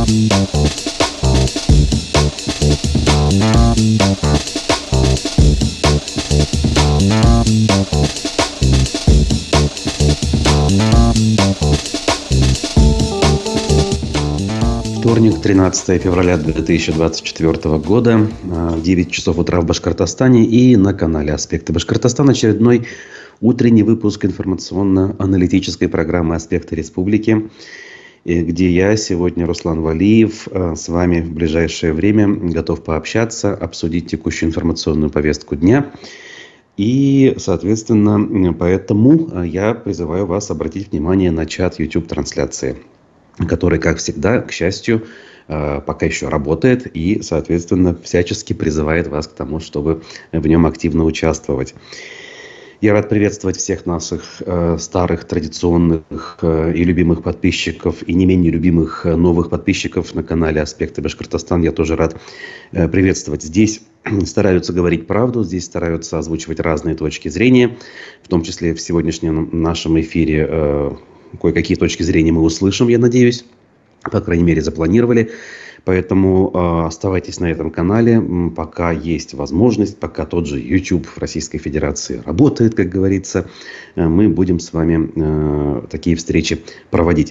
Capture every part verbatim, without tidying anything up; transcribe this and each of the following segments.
Вторник, тринадцатое февраля две тысячи двадцать четвёртого года, девять часов утра в Башкортостане, и на канале «Аспекты Башкортостана» очередной утренний выпуск информационно-аналитической программы «Аспекты Республики», где я сегодня, Руслан Валиев, с вами в ближайшее время готов пообщаться, обсудить текущую информационную повестку дня. И, соответственно, поэтому я призываю вас обратить внимание на чат YouTube-трансляции, который, как всегда, к счастью, пока еще работает и, соответственно, всячески призывает вас к тому, чтобы в нем активно участвовать. Я рад приветствовать всех наших старых, традиционных и любимых подписчиков, и не менее любимых новых подписчиков на канале «Аспекты Башкортостана». Я тоже рад приветствовать. Здесь стараются говорить правду, здесь стараются озвучивать разные точки зрения, в том числе в сегодняшнем нашем эфире кое-какие точки зрения мы услышим, я надеюсь. По крайней мере, запланировали. Поэтому э, оставайтесь на этом канале, пока есть возможность, пока тот же YouTube в Российской Федерации работает, как говорится. Э, мы будем с вами э, такие встречи проводить.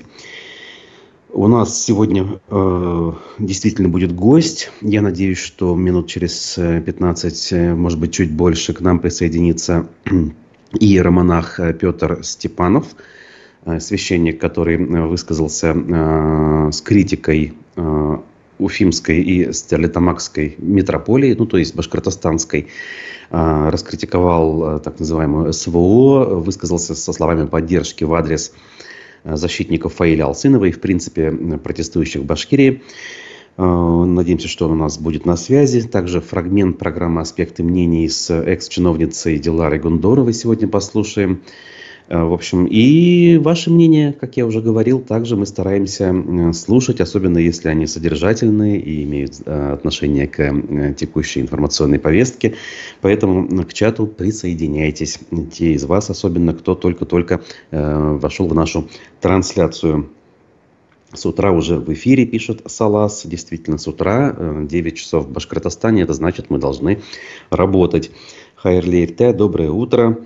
У нас сегодня э, действительно будет гость. Я надеюсь, что минут через пятнадцать, может быть, чуть больше, к нам присоединится иеромонах Петр Степанов, священник, который высказался э, с критикой э, Уфимской и Стерлитамакской митрополии, ну то есть башкортостанской, э, раскритиковал э, так называемую СВО, высказался со словами поддержки в адрес э, защитников Фаиля Алсынова и, в принципе, протестующих в Башкирии. Э, надеемся, что он у нас будет на связи. Также фрагмент программы «Аспекты мнений» с экс-чиновницей Диларой Гундоровой сегодня послушаем. В общем, и ваше мнение, как я уже говорил, также мы стараемся слушать, особенно если они содержательные и имеют отношение к текущей информационной повестке. Поэтому к чату присоединяйтесь. Те из вас, особенно кто только-только вошел в нашу трансляцию. С утра уже в эфире, пишет Салас. Действительно, с утра, девять часов в Башкортостане, это значит, мы должны работать. Хайрлейр Т, доброе утро.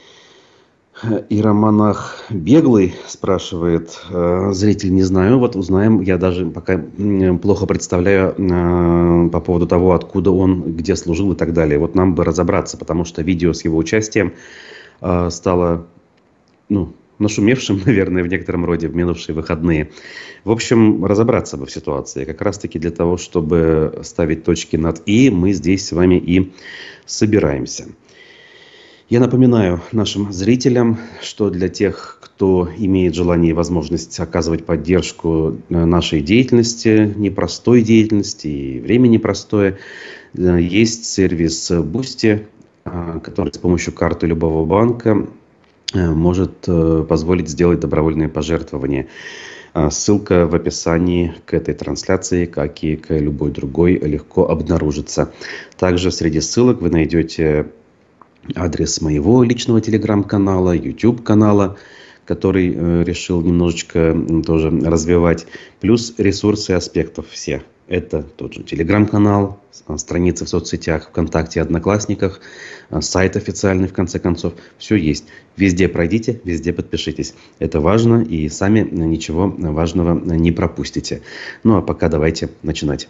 Иеромонах Беглый спрашивает, зритель, не знаю, вот узнаем, я даже пока плохо представляю по поводу того, откуда он, где служил и так далее. Вот нам бы разобраться, потому что видео с его участием стало, ну, нашумевшим, наверное, в некотором роде в минувшие выходные. В общем, разобраться бы в ситуации. Как раз-таки для того, чтобы ставить точки над «и», мы здесь с вами и собираемся. Я напоминаю нашим зрителям, что для тех, кто имеет желание и возможность оказывать поддержку нашей деятельности, непростой деятельности и время непростое, есть сервис Boosty, который с помощью карты любого банка может позволить сделать добровольные пожертвования. Ссылка в описании к этой трансляции, как и к любой другой, легко обнаружится. Также среди ссылок вы найдете адрес моего личного телеграм-канала, YouTube-канала, который э, решил немножечко тоже развивать, плюс ресурсы аспектов все. Это тот же телеграм-канал, страницы в соцсетях, ВКонтакте, Одноклассниках, сайт официальный, в конце концов. Все есть. Везде пройдите, везде подпишитесь. Это важно, и сами ничего важного не пропустите. Ну а пока давайте начинать.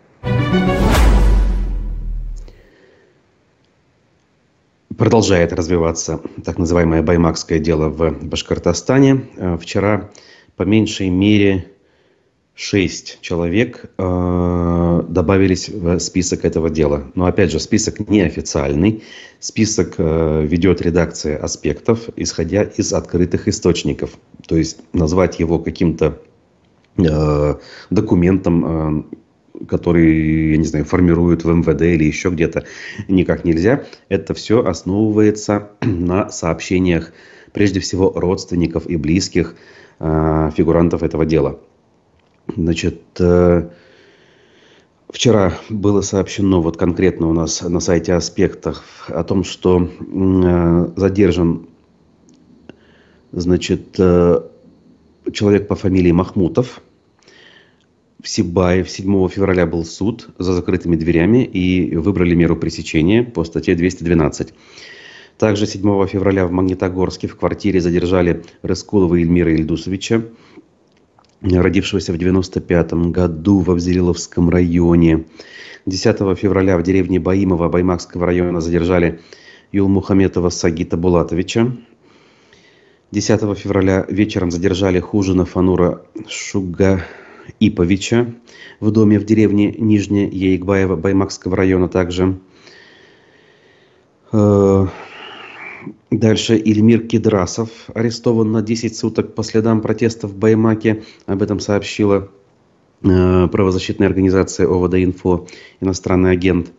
Продолжает развиваться так называемое баймакское дело в Башкортостане. Вчера по меньшей мере шесть человек э, добавились в список этого дела. Но опять же, список неофициальный. Список э, ведет редакция «Аспектов», исходя из открытых источников. То есть назвать его каким-то э, документом, э, который, я не знаю, формируют в эм вэ дэ или еще где-то, никак нельзя. Это все основывается на сообщениях, прежде всего, родственников и близких э, фигурантов этого дела. Значит, э, вчера было сообщено вот конкретно у нас на сайте «Аспектов» о том, что э, задержан, значит, э, человек по фамилии Махмутов. в Сибае седьмого февраля был суд за закрытыми дверями и выбрали меру пресечения по статье двести двенадцать. Также седьмого февраля в Магнитогорске в квартире задержали Рыскулова Ильмира Ильдусовича, родившегося в девяносто пятом году в Абзелиловском районе. десятого февраля в деревне Баимово Баймакского района задержали Юлмухаметова Сагита Булатовича. десятого февраля вечером задержали Хужина Фанура Шугаиповича в доме в деревне Нижняя Яикбаева Баймакского района также. Дальше Ильмир Кедрасов арестован на десять суток по следам протестов в Баймаке. Об этом сообщила э, правозащитная организация ОВД-Инфо, иностранный агент.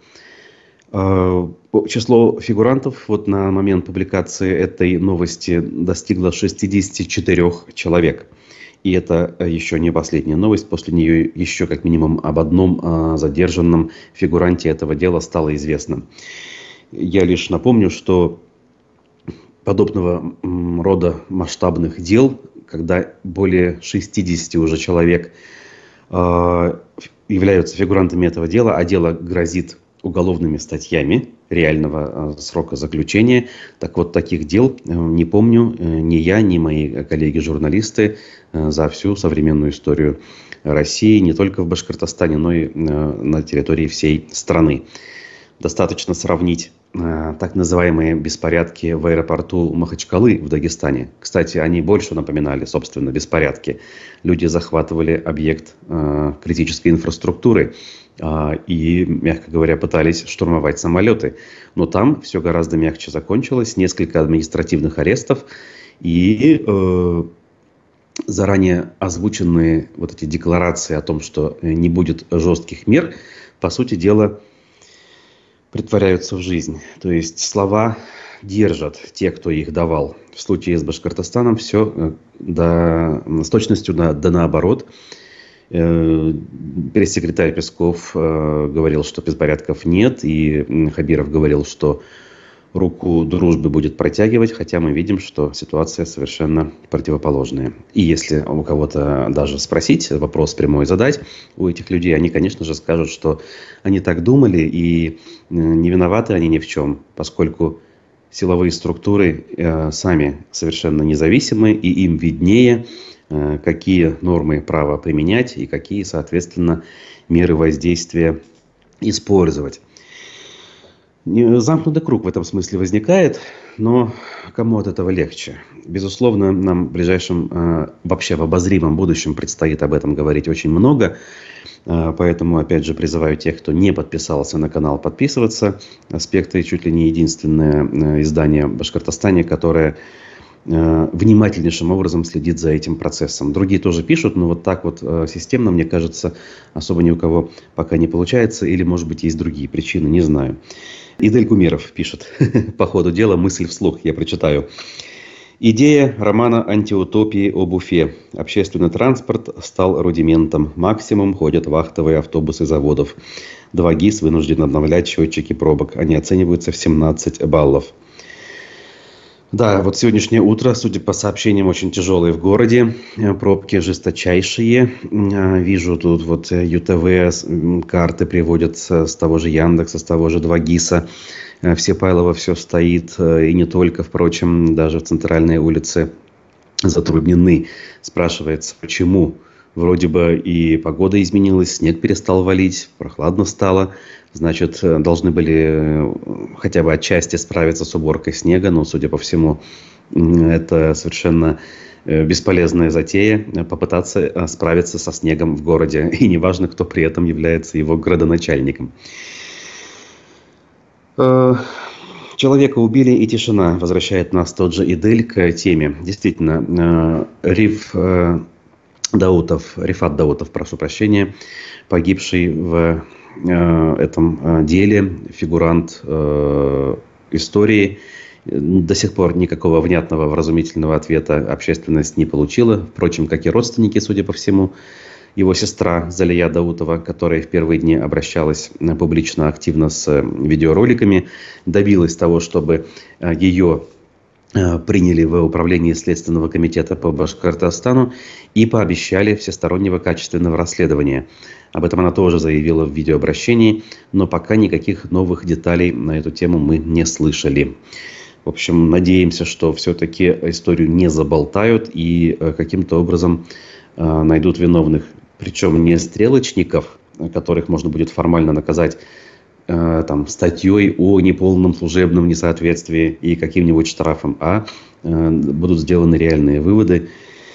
Э, число фигурантов вот на момент публикации этой новости достигло шестидесяти четырёх человек. И это еще не последняя новость. После нее еще как минимум об одном э, задержанном фигуранте этого дела стало известно. Я лишь напомню, что подобного рода масштабных дел, когда более шестидесяти уже человек э, являются фигурантами этого дела, а дело грозит уголовными статьями реального э, срока заключения. Так вот, таких дел э, не помню э, ни я, ни мои коллеги-журналисты э, за всю современную историю России, не только в Башкортостане, но и э, на территории всей страны. Достаточно сравнить э, так называемые беспорядки в аэропорту Махачкалы в Дагестане. Кстати, они больше напоминали, собственно, беспорядки. Люди захватывали объект э, критической инфраструктуры э, и, мягко говоря, пытались штурмовать самолеты. Но там все гораздо мягче закончилось. Несколько административных арестов и э, заранее озвученные вот эти декларации о том, что не будет жестких мер, по сути дела, притворяются в жизнь. То есть слова держат те, кто их давал. В случае с Башкортостаном все да, с точностью да, да наоборот. Пресс-секретарь Песков говорил, что беспорядков нет, и Хабиров говорил, что руку дружбы будет протягивать, хотя мы видим, что ситуация совершенно противоположная. И если у кого-то даже спросить, вопрос прямой задать, у этих людей, они, конечно же, скажут, что они так думали, и не виноваты они ни в чем, поскольку силовые структуры э, сами совершенно независимы, и им виднее, э, какие нормы права применять и какие, соответственно, меры воздействия использовать. Замкнутый круг в этом смысле возникает, но кому от этого легче? Безусловно, нам в ближайшем, э, вообще в обозримом будущем предстоит об этом говорить очень много. Э, поэтому, опять же, призываю тех, кто не подписался на канал, подписываться. «Аспекты» чуть ли не единственное э, издание в Башкортостане, которое э, внимательнейшим образом следит за этим процессом. Другие тоже пишут, но вот так вот э, системно, мне кажется, особо ни у кого пока не получается. Или, может быть, есть другие причины, не знаю. Идель Кумеров пишет по ходу дела мысль вслух, я прочитаю. Идея романа антиутопии об Уфе. Общественный транспорт стал рудиментом. Максимум ходят вахтовые автобусы заводов. Два ГИС вынуждены обновлять счетчики пробок. Они оцениваются в семнадцать баллов. Да, вот сегодняшнее утро, судя по сообщениям, очень тяжелые в городе. Пробки жесточайшие. Вижу тут вот ЮТВ, карты приводят с того же Яндекса, с того же два ГИСа. Все Пайлово все стоит. И не только, впрочем, даже в центральной улице затруднены. Спрашивается, почему? Вроде бы и погода изменилась, снег перестал валить, прохладно стало. Значит, должны были хотя бы отчасти справиться с уборкой снега, но, судя по всему, это совершенно бесполезная затея попытаться справиться со снегом в городе. И неважно, кто при этом является его градоначальником. Человека убили, и тишина. Возвращает нас тот же Идель к теме. Действительно, Риф Даутов, Рифат Даутов, прошу прощения, погибший в э, этом деле, фигурант э, истории. До сих пор никакого внятного вразумительного ответа общественность не получила. Впрочем, как и родственники, судя по всему. Его сестра Залия Даутова, которая в первые дни обращалась публично активно с видеороликами, добилась того, чтобы ее приняли в управлении Следственного комитета по Башкортостану и пообещали всестороннего качественного расследования. Об этом она тоже заявила в видеообращении, но пока никаких новых деталей на эту тему мы не слышали. В общем, надеемся, что все-таки историю не заболтают и каким-то образом найдут виновных. Причем не стрелочников, которых можно будет формально наказать там, статьей о неполном служебном несоответствии и каким-нибудь штрафом, а э, будут сделаны реальные выводы.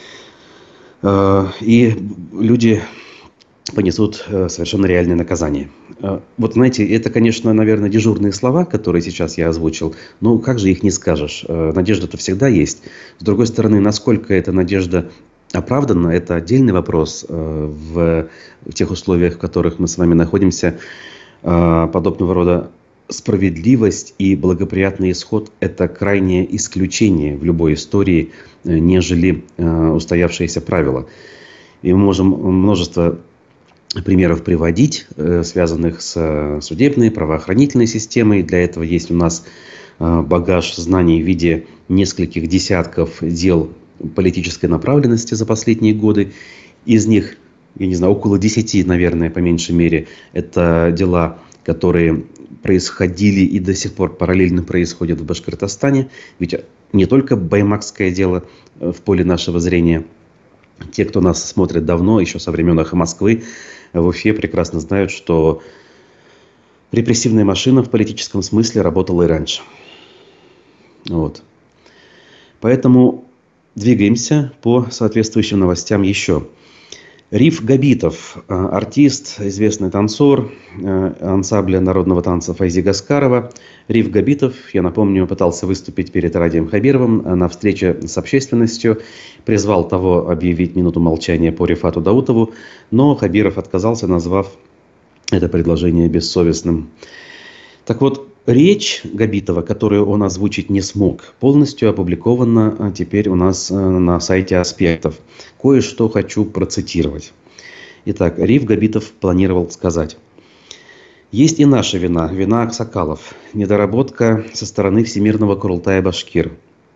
Э, и люди понесут э, совершенно реальное наказание. Э, вот знаете, это, конечно, наверное, дежурные слова, которые сейчас я озвучил, но как же их не скажешь? Э, надежда-то всегда есть. С другой стороны, насколько эта надежда оправдана, это отдельный вопрос э, в, в тех условиях, в которых мы с вами находимся. Подобного рода справедливость и благоприятный исход – это крайнее исключение в любой истории, нежели устоявшиеся правила. И мы можем множество примеров приводить, связанных с судебной, правоохранительной системой. Для этого есть у нас багаж знаний в виде нескольких десятков дел политической направленности за последние годы. Из них, я не знаю, около десяти, наверное, по меньшей мере, это дела, которые происходили и до сих пор параллельно происходят в Башкортостане. Ведь не только баймакское дело в поле нашего зрения. Те, кто нас смотрит давно, еще со времен «Эхо Москвы», в Уфе прекрасно знают, что репрессивная машина в политическом смысле работала и раньше. Вот. Поэтому двигаемся по соответствующим новостям еще. Риф Габитов, артист, известный танцор ансамбля народного танца Файзи Гаскарова. Риф Габитов, я напомню, пытался выступить перед Радием Хабировым на встрече с общественностью, призвал того объявить минуту молчания по Рифату Даутову, но Хабиров отказался, назвав это предложение бессовестным. Так вот, речь Габитова, которую он озвучить не смог, полностью опубликована теперь у нас на сайте «Аспектов». Кое-что хочу процитировать. Итак, Риф Габитов планировал сказать. Есть и наша вина, вина аксакалов, недоработка со стороны Всемирного Курултая Башкир.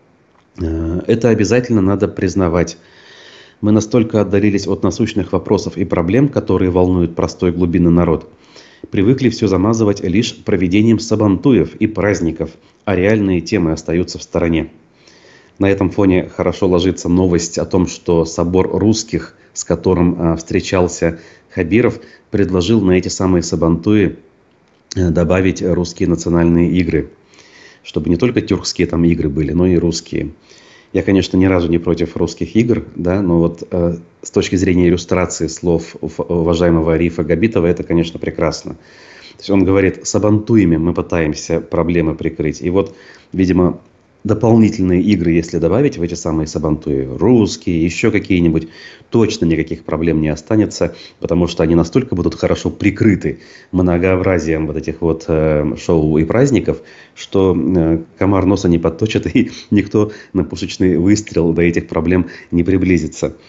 Это обязательно надо признавать. Мы настолько отдалились от насущных вопросов и проблем, которые волнуют простой глубинный народ. Привыкли все замазывать лишь проведением сабантуев и праздников, а реальные темы остаются в стороне. На этом фоне хорошо ложится новость о том, что собор русских, с которым встречался Хабиров, предложил на эти самые сабантуи добавить русские национальные игры. Чтобы не только тюркские там игры были, но и русские. Я, конечно, ни разу не против русских игр, да, но вот э, с точки зрения иллюстрации слов уважаемого Рифа Габитова, это, конечно, прекрасно. То есть он говорит, сабантуями мы пытаемся проблемы прикрыть. И вот, видимо, дополнительные игры, если добавить в эти самые сабантуи, русские, еще какие-нибудь, точно никаких проблем не останется, потому что они настолько будут хорошо прикрыты многообразием вот этих вот э, шоу и праздников, что э, комар носа не подточит, и никто на пушечный выстрел до этих проблем не приблизится.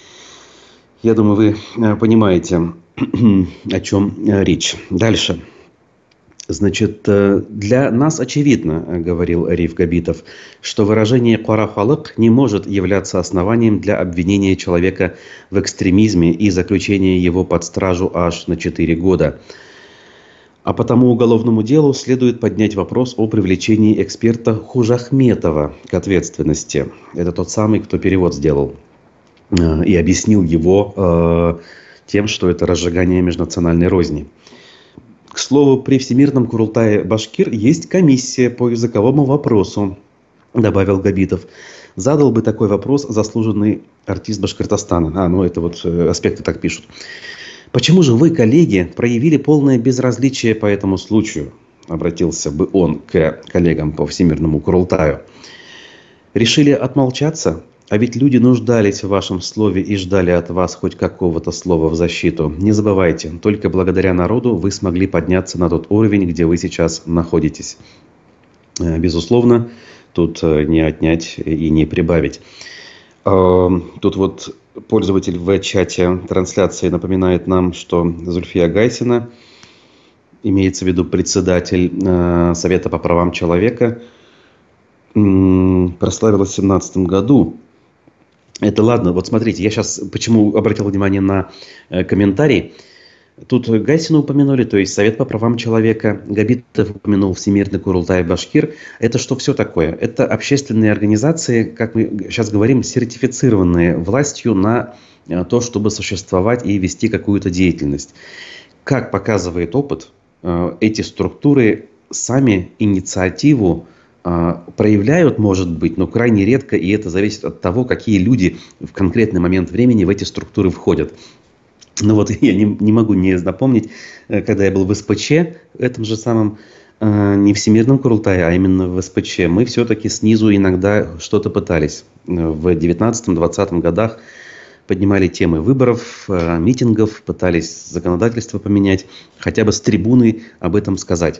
Я думаю, вы э, понимаете, о чем э, речь. Дальше. Значит, для нас очевидно, говорил Риф Габитов, что выражение «кара халык» не может являться основанием для обвинения человека в экстремизме и заключения его под стражу аж на четыре года. А по тому уголовному делу следует поднять вопрос о привлечении эксперта Хужахметова к ответственности. Это тот самый, кто перевод сделал и объяснил его э, тем, что это разжигание межнациональной розни. К слову, при Всемирном Курултае Башкир есть комиссия по языковому вопросу, добавил Габитов. Задал бы такой вопрос заслуженный артист Башкортостана. А, ну это вот аспекты так пишут. Почему же вы, коллеги, проявили полное безразличие по этому случаю? Обратился бы он к коллегам по Всемирному Курултаю. Решили отмолчаться? А ведь люди нуждались в вашем слове и ждали от вас хоть какого-то слова в защиту. Не забывайте, только благодаря народу вы смогли подняться на тот уровень, где вы сейчас находитесь. Безусловно, тут не отнять и не прибавить. Тут вот пользователь в чате трансляции напоминает нам, что Зульфия Гайсина, имеется в виду председатель Совета по правам человека, прославилась в семнадцатом году. Это ладно, вот смотрите, я сейчас почему обратил внимание на э, комментарий. Тут Гайсина упомянули, то есть Совет по правам человека, Габитов упомянул Всемирный Курултай-Башкир. Это что все такое? Это общественные организации, как мы сейчас говорим, сертифицированные властью на то, чтобы существовать и вести какую-то деятельность. Как показывает опыт, эти структуры сами инициативу проявляют, может быть, но крайне редко, и это зависит от того, какие люди в конкретный момент времени в эти структуры входят. Ну вот я не, не могу не напомнить, когда я был в СПЧ, этом же самом, э, не Всемирном Курултае, а именно в СПЧ, мы все-таки снизу иногда что-то пытались. В девятнадцатом-двадцатом годах поднимали темы выборов, э, митингов, пытались законодательство поменять, хотя бы с трибуны об этом сказать.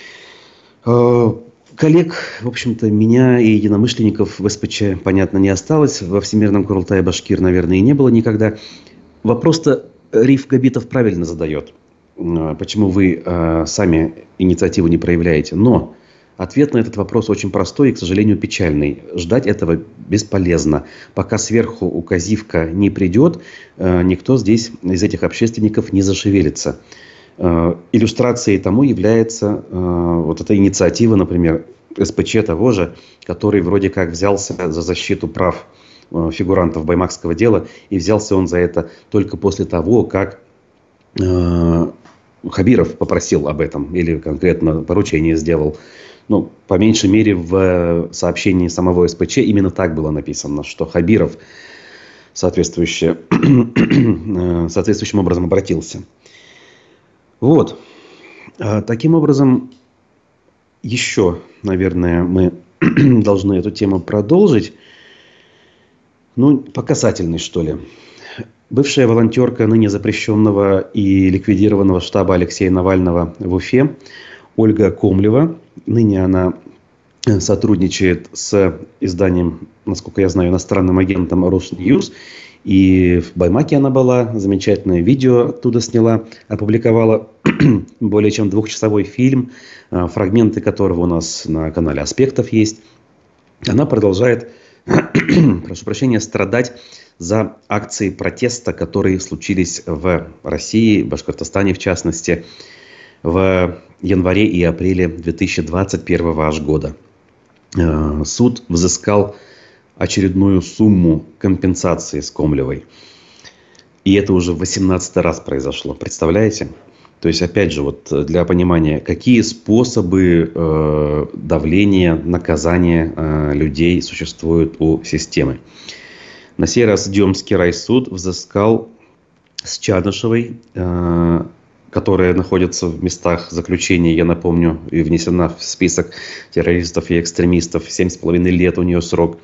Э, коллег, в общем-то, меня и единомышленников в СПЧ, понятно, не осталось. Во Всемирном Курултае Башкир, наверное, и не было никогда. Вопрос-то Риф Габитов правильно задает, почему вы э, сами инициативу не проявляете. Но ответ на этот вопрос очень простой и, к сожалению, печальный. Ждать этого бесполезно. Пока сверху указивка не придет, э, никто здесь из этих общественников не зашевелится. Э, иллюстрацией тому является э, вот эта инициатива, например, СПЧ того же, который вроде как взялся за защиту прав фигурантов баймакского дела, и взялся он за это только после того, как э, Хабиров попросил об этом, или конкретно поручение сделал. Ну, по меньшей мере, в сообщении самого СПЧ именно так было написано, что Хабиров соответствующе, соответствующим образом обратился. Вот. Таким образом, еще, наверное, мы должны эту тему продолжить. Ну, по касательной, что ли. Бывшая волонтерка ныне запрещенного и ликвидированного штаба Алексея Навального в Уфе Ольга Комлева. Ныне она сотрудничает с изданием, насколько я знаю, иностранным агентом Росньюз. И в Баймаке она была, замечательное видео оттуда сняла, опубликовала более чем двухчасовой фильм, фрагменты которого у нас на канале Аспектов есть. Она продолжает, прошу прощения, страдать за акции протеста, которые случились в России, в Башкортостане в частности, в январе и апреле две тысячи двадцать первого аж года. Суд взыскал очередную сумму компенсации с Комлевой. И это уже в восемнадцатый раз произошло. Представляете? То есть, опять же, вот для понимания, какие способы э, давления, наказания э, людей существуют у системы. На сей раз Демский райсуд взыскал с Чадышевой, э, которая находится в местах заключения, я напомню, и внесена в список террористов и экстремистов, семь с половиной лет у нее срок.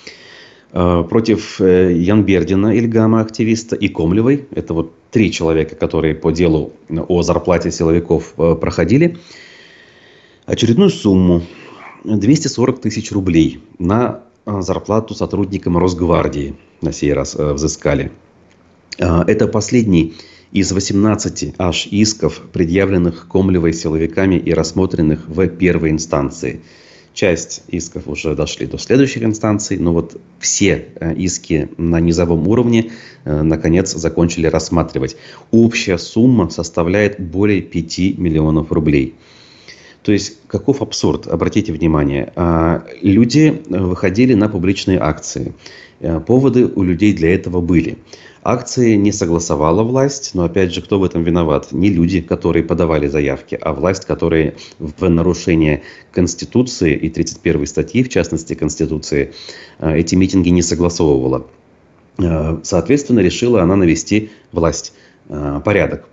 Против Янбердина, Ильгама, активиста, и Комлевой. Это вот три человека, которые по делу о зарплате силовиков проходили. Очередную сумму двести сорок тысяч рублей на зарплату сотрудникам Росгвардии на сей раз взыскали. Это последний из восемнадцати аж исков, предъявленных Комлевой силовиками и рассмотренных в первой инстанции. Часть исков уже дошли до следующих инстанций, но вот все иски на низовом уровне наконец закончили рассматривать. Общая сумма составляет более пяти миллионов рублей. То есть каков абсурд, обратите внимание. Люди выходили на публичные акции. Поводы у людей для этого были. Акции не согласовала власть, но опять же, кто в этом виноват? Не люди, которые подавали заявки, а власть, которая в нарушение Конституции и тридцать первой статьи, в частности Конституции, эти митинги не согласовывала. Соответственно, решила она навести власть, порядок,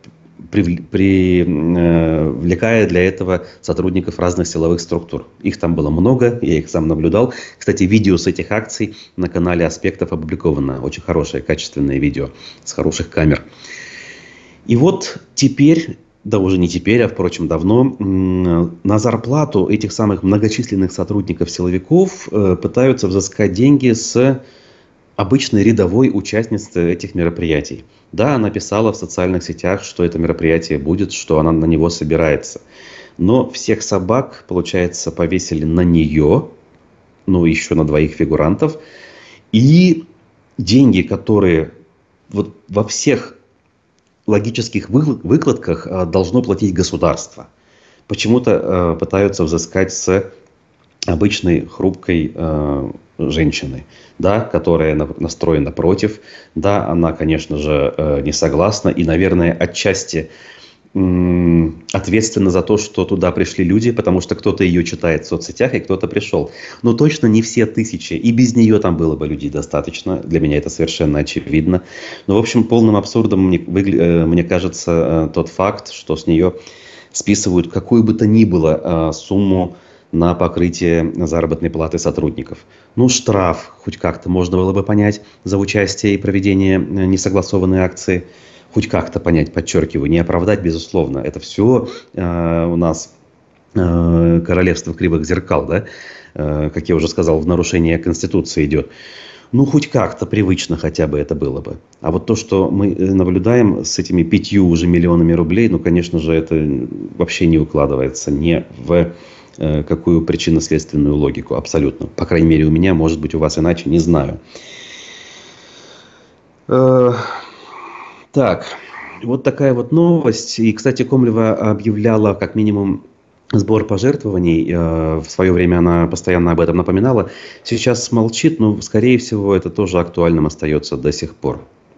привлекая для этого сотрудников разных силовых структур. Их там было много, я их сам наблюдал. Кстати, видео с этих акций на канале Аспектов опубликовано. Очень хорошее, качественное видео с хороших камер. И вот теперь, да уже не теперь, а впрочем давно, на зарплату этих самых многочисленных сотрудников-силовиков пытаются взыскать деньги с обычной рядовой участницы этих мероприятий. Да, она писала в социальных сетях, что это мероприятие будет, что она на него собирается. Но всех собак, получается, повесили на нее, ну, еще на двоих фигурантов. И деньги, которые вот во всех логических выкладках должно платить государство. Почему-то пытаются взыскать с обычной хрупкой женщины, да, которая настроена против. Да, она, конечно же, не согласна. И, наверное, отчасти ответственна за то, что туда пришли люди, потому что кто-то ее читает в соцсетях, и кто-то пришел. Но точно не все тысячи. И без нее там было бы людей достаточно. Для меня это совершенно очевидно. Но, в общем, полным абсурдом мне, мне кажется тот факт, что с нее списывают какую бы то ни было сумму на покрытие заработной платы сотрудников. Ну, штраф хоть как-то можно было бы понять за участие и проведение несогласованной акции. Хоть как-то понять, подчеркиваю, не оправдать, безусловно. Это все э, у нас э, королевство кривых зеркал, да? Э, как я уже сказал, в нарушение Конституции идет. Ну, хоть как-то привычно хотя бы это было бы. А вот то, что мы наблюдаем с этими пятью уже миллионами рублей, ну, конечно же, это вообще не укладывается ни в э, какую причинно-следственную логику, абсолютно. По крайней мере, у меня, может быть, у вас иначе, не знаю. Э, Так, вот такая вот новость. И, кстати, Комлева объявляла как минимум сбор пожертвований. В свое время она постоянно об этом напоминала. Сейчас молчит, но, скорее всего, это тоже актуальным остается до сих пор.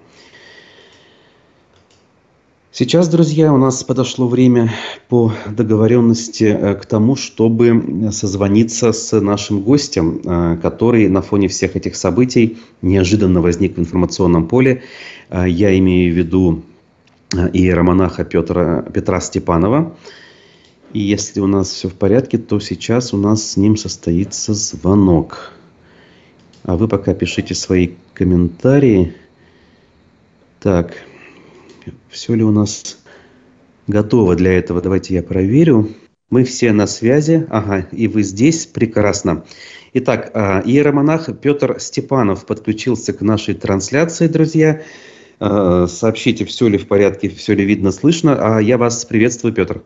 Сейчас, друзья, у нас подошло время по договоренности к тому, чтобы созвониться с нашим гостем, который на фоне всех этих событий неожиданно возник в информационном поле. Я имею в виду иеромонаха Петра, Петра Степанова. И если у нас все в порядке, то сейчас у нас с ним состоится звонок. А вы пока пишите свои комментарии. Так, все ли у нас готово для этого? Давайте я проверю. Мы все на связи. Ага, и вы здесь. Прекрасно. Итак, иеромонах Петр Степанов подключился к нашей трансляции, друзья. Сообщите, все ли в порядке, все ли видно, слышно. А я вас приветствую, Петр.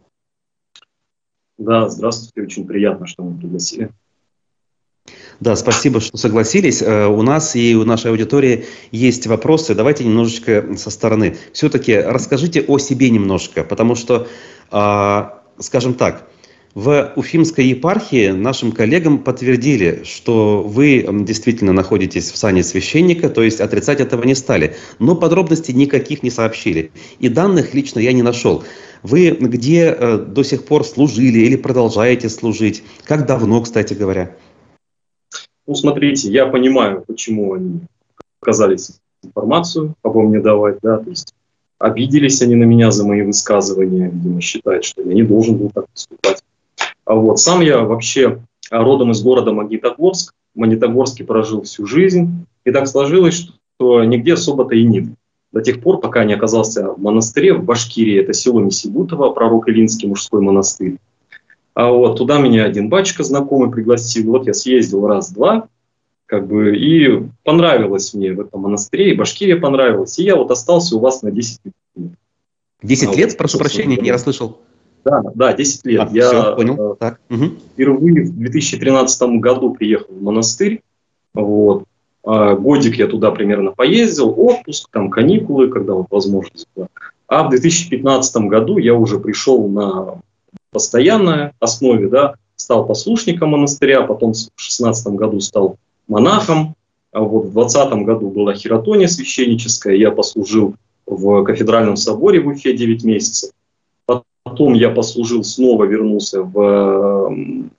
Да, здравствуйте. Очень приятно, что вы пригласили. Да, спасибо, что согласились. У нас и у нашей аудитории есть вопросы. Давайте немножечко со стороны. Все-таки расскажите о себе немножко, потому что, скажем так, в Уфимской епархии нашим коллегам подтвердили, что вы действительно находитесь в сане священника, то есть отрицать этого не стали. Но подробностей никаких не сообщили. И данных лично я не нашел. Вы где до сих пор служили или продолжаете служить? Как давно, кстати говоря? Ну, смотрите, я понимаю, почему они отказались информацию обо мне давать, да, то есть обиделись они на меня за мои высказывания, видимо, считают, что я не должен был так поступать. А вот сам я вообще родом из города Магнитогорск, в Магнитогорске прожил всю жизнь, и так сложилось, что нигде особо-то и нет. До тех пор, пока не оказался в монастыре в Башкирии, это село Месибутово, пророк Илинский мужской монастырь. А вот туда меня один батюшка знакомый пригласил, вот я съездил раз-два, как бы, и понравилось мне в этом монастыре, и Башкирия понравилась, и я вот остался у вас на десять лет. десять а лет, вот, прошу прощения, не расслышал. Да, да, десять лет. А, я все, понял. Э, так. Угу. Впервые в две тысячи тринадцатом году приехал в монастырь, вот. А, годик я туда примерно поездил, отпуск, там каникулы, когда вот возможность была. А в две тысячи пятнадцатом году я уже пришел на постоянной основе, да, стал послушником монастыря, потом в две тысячи шестнадцатом году стал монахом, а вот в двадцатом году была хиротония священническая, я послужил в кафедральном соборе в Уфе девять месяцев. Потом я послужил, снова вернулся в,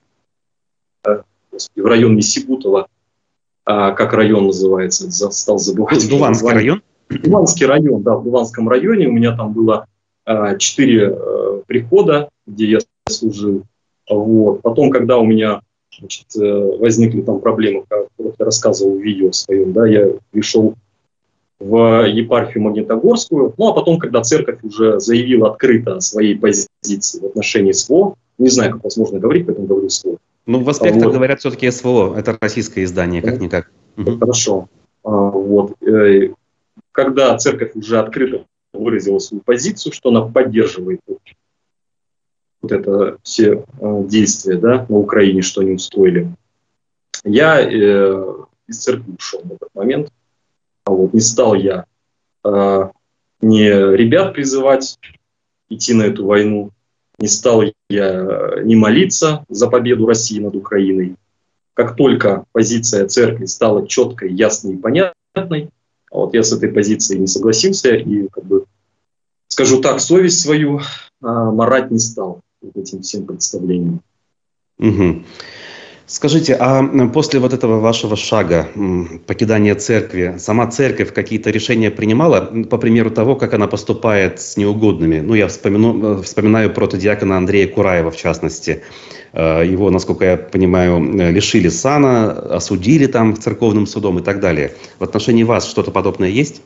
в район Месибутово, как район называется, стал забывать. Дуванский район? Дуванский район, да, в Дуванском районе. У меня там было четыре прихода, где я служил. Вот. Потом, когда у меня, значит, возникли там проблемы, как я рассказывал в видео своем, да, я пришел в епархию Магнитогорскую. Ну, а потом, когда церковь уже заявила открыто о своей позиции в отношении СВО, не знаю, как возможно говорить, поэтому говорю СВО. Ну, в аспектах вот. Говорят все-таки СВО, это российское издание, как-никак. Угу. Хорошо. Вот. Когда церковь уже открыто выразила свою позицию, что она поддерживает вот это все действия, да, на Украине, что они устроили, я э, из церкви ушел в этот момент. А вот, не стал я э, не ребят призывать идти на эту войну, не стал я не молиться за победу России над Украиной. Как только позиция церкви стала четкой, ясной и понятной, а вот я с этой позицией не согласился и, как бы, скажу так, совесть свою а, марать не стал вот этим всем представлением. Угу. Скажите, а после вот этого вашего шага, покидания церкви, сама церковь какие-то решения принимала, по примеру того, как она поступает с неугодными? Ну, я вспомину, вспоминаю протодиакона Андрея Кураева, в частности. Его, насколько я понимаю, лишили сана, осудили там церковным судом и так далее. В отношении вас что-то подобное есть?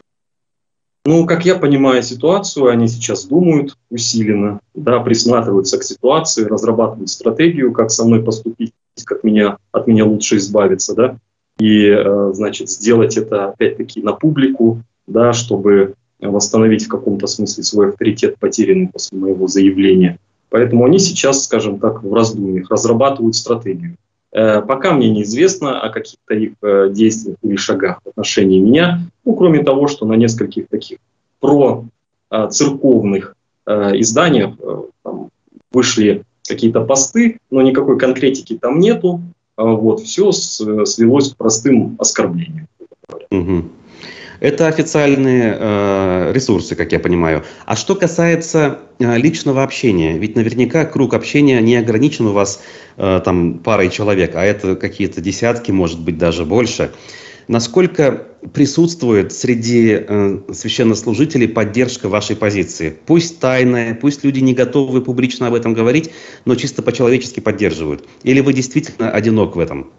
Ну, как я понимаю ситуацию, они сейчас думают усиленно, да, присматриваются к ситуации, разрабатывают стратегию, как со мной поступить, как меня, от меня лучше избавиться, да, и, э, значит, сделать это, опять-таки, на публику, да, чтобы восстановить в каком-то смысле свой авторитет, потерянный после моего заявления. Поэтому они сейчас, скажем так, в раздумьях разрабатывают стратегию. Э, пока мне неизвестно о каких-то их э, действиях или шагах в отношении меня, ну, кроме того, что на нескольких таких про-церковных э, изданиях э, там вышли какие-то посты, но никакой конкретики там нету. Э, вот, все с, свелось к простым оскорблениям. Угу. Это официальные э, ресурсы, как я понимаю. А что касается э, личного общения, ведь наверняка круг общения не ограничен у вас э, там парой человек, а это какие-то десятки, может быть, даже больше. Насколько присутствует среди э, священнослужителей поддержка вашей позиции? Пусть тайная, пусть люди не готовы публично об этом говорить, но чисто по-человечески поддерживают. Или вы действительно одинок в этом?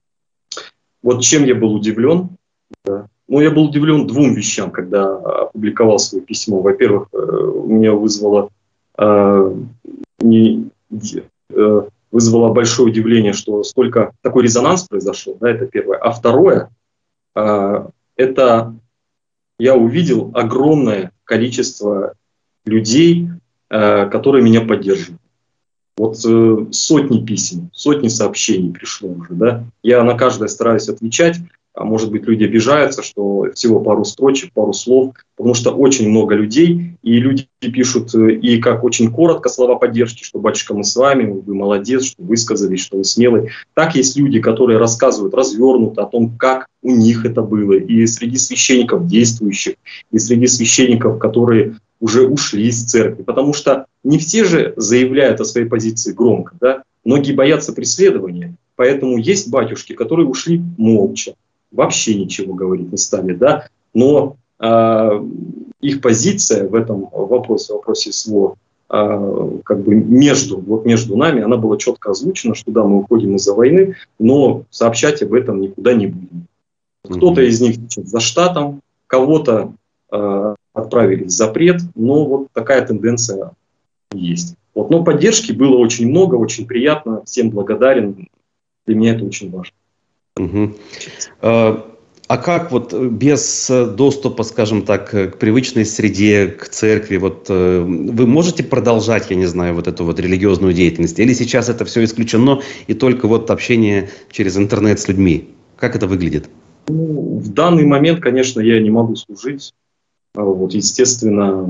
Вот чем я был удивлен. Да. Ну, я был удивлен двум вещам, когда опубликовал свое письмо. Во-первых, у меня вызвало, э, не, э, вызвало большое удивление, что столько такой резонанс произошел. Да, это первое. А второе, э, это я увидел огромное количество людей, э, которые меня поддерживают. Вот э, сотни писем, сотни сообщений пришло уже. Да? Я на каждое стараюсь отвечать. А может быть, люди обижаются, что всего пару строчек, пару слов, потому что очень много людей, и люди пишут и как очень коротко слова поддержки, что «батюшка, мы с вами, вы молодец, что высказались, что вы смелый». Так есть люди, которые рассказывают развернуто о том, как у них это было, и среди священников действующих, и среди священников, которые уже ушли из церкви, потому что не все же заявляют о своей позиции громко, да? Многие боятся преследования, поэтому есть батюшки, которые ушли молча, вообще ничего говорить не стали, да, но э, их позиция в этом вопросе, в вопросе СВО, э, как бы между, вот между нами, она была четко озвучена, что да, мы уходим из-за войны, но сообщать об этом никуда не будем. Кто-то из них сейчас за штатом, кого-то э, отправили в запрет, но вот такая тенденция есть. Вот, но поддержки было очень много, очень приятно, всем благодарен, для меня это очень важно. Угу. А, а как вот без доступа, скажем так, к привычной среде, к церкви, вот вы можете продолжать, я не знаю, вот эту вот религиозную деятельность? Или сейчас это все исключено и только вот общение через интернет с людьми? Как это выглядит? Ну, в данный момент, конечно, я не могу служить. Вот, естественно,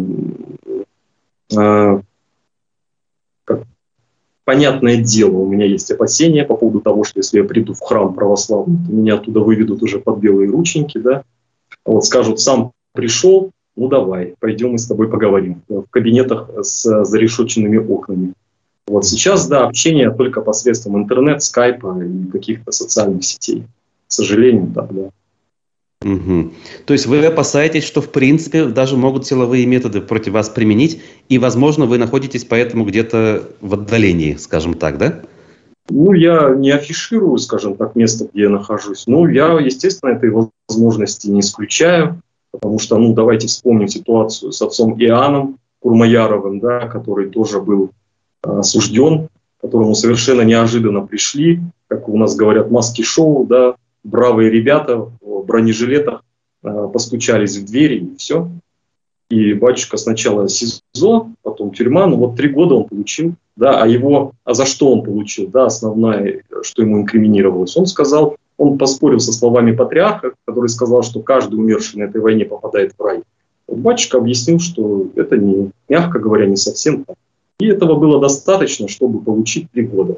как понятное дело, у меня есть опасения по поводу того, что если я приду в храм православный, то меня оттуда выведут уже под белые рученьки, да, вот скажут, сам пришел, ну давай, пойдем мы с тобой поговорим в кабинетах с зарешетченными окнами. Вот сейчас, да, общение только посредством интернет, скайпа и каких-то социальных сетей. К сожалению, да, да. Угу. То есть вы опасаетесь, что в принципе даже могут силовые методы против вас применить, и, возможно, вы находитесь поэтому где-то в отдалении, скажем так, да? Ну, я не афиширую, скажем так, место, где я нахожусь. Но я, естественно, этой возможности не исключаю, потому что, ну, давайте вспомним ситуацию с отцом Иоанном Курмаяровым, да, который тоже был осужден, которому совершенно неожиданно пришли, как у нас говорят, маски-шоу, да, бравые ребята в бронежилетах э, постучались в двери, и все. И батюшка сначала СИЗО, потом тюрьма, ну вот три года он получил, да, а его, а за что он получил, да, основное, что ему инкриминировалось, он сказал, он поспорил со словами патриарха, который сказал, что каждый умерший на этой войне попадает в рай. Вот батюшка объяснил, что это, не, мягко говоря, не совсем так. И этого было достаточно, чтобы получить три года.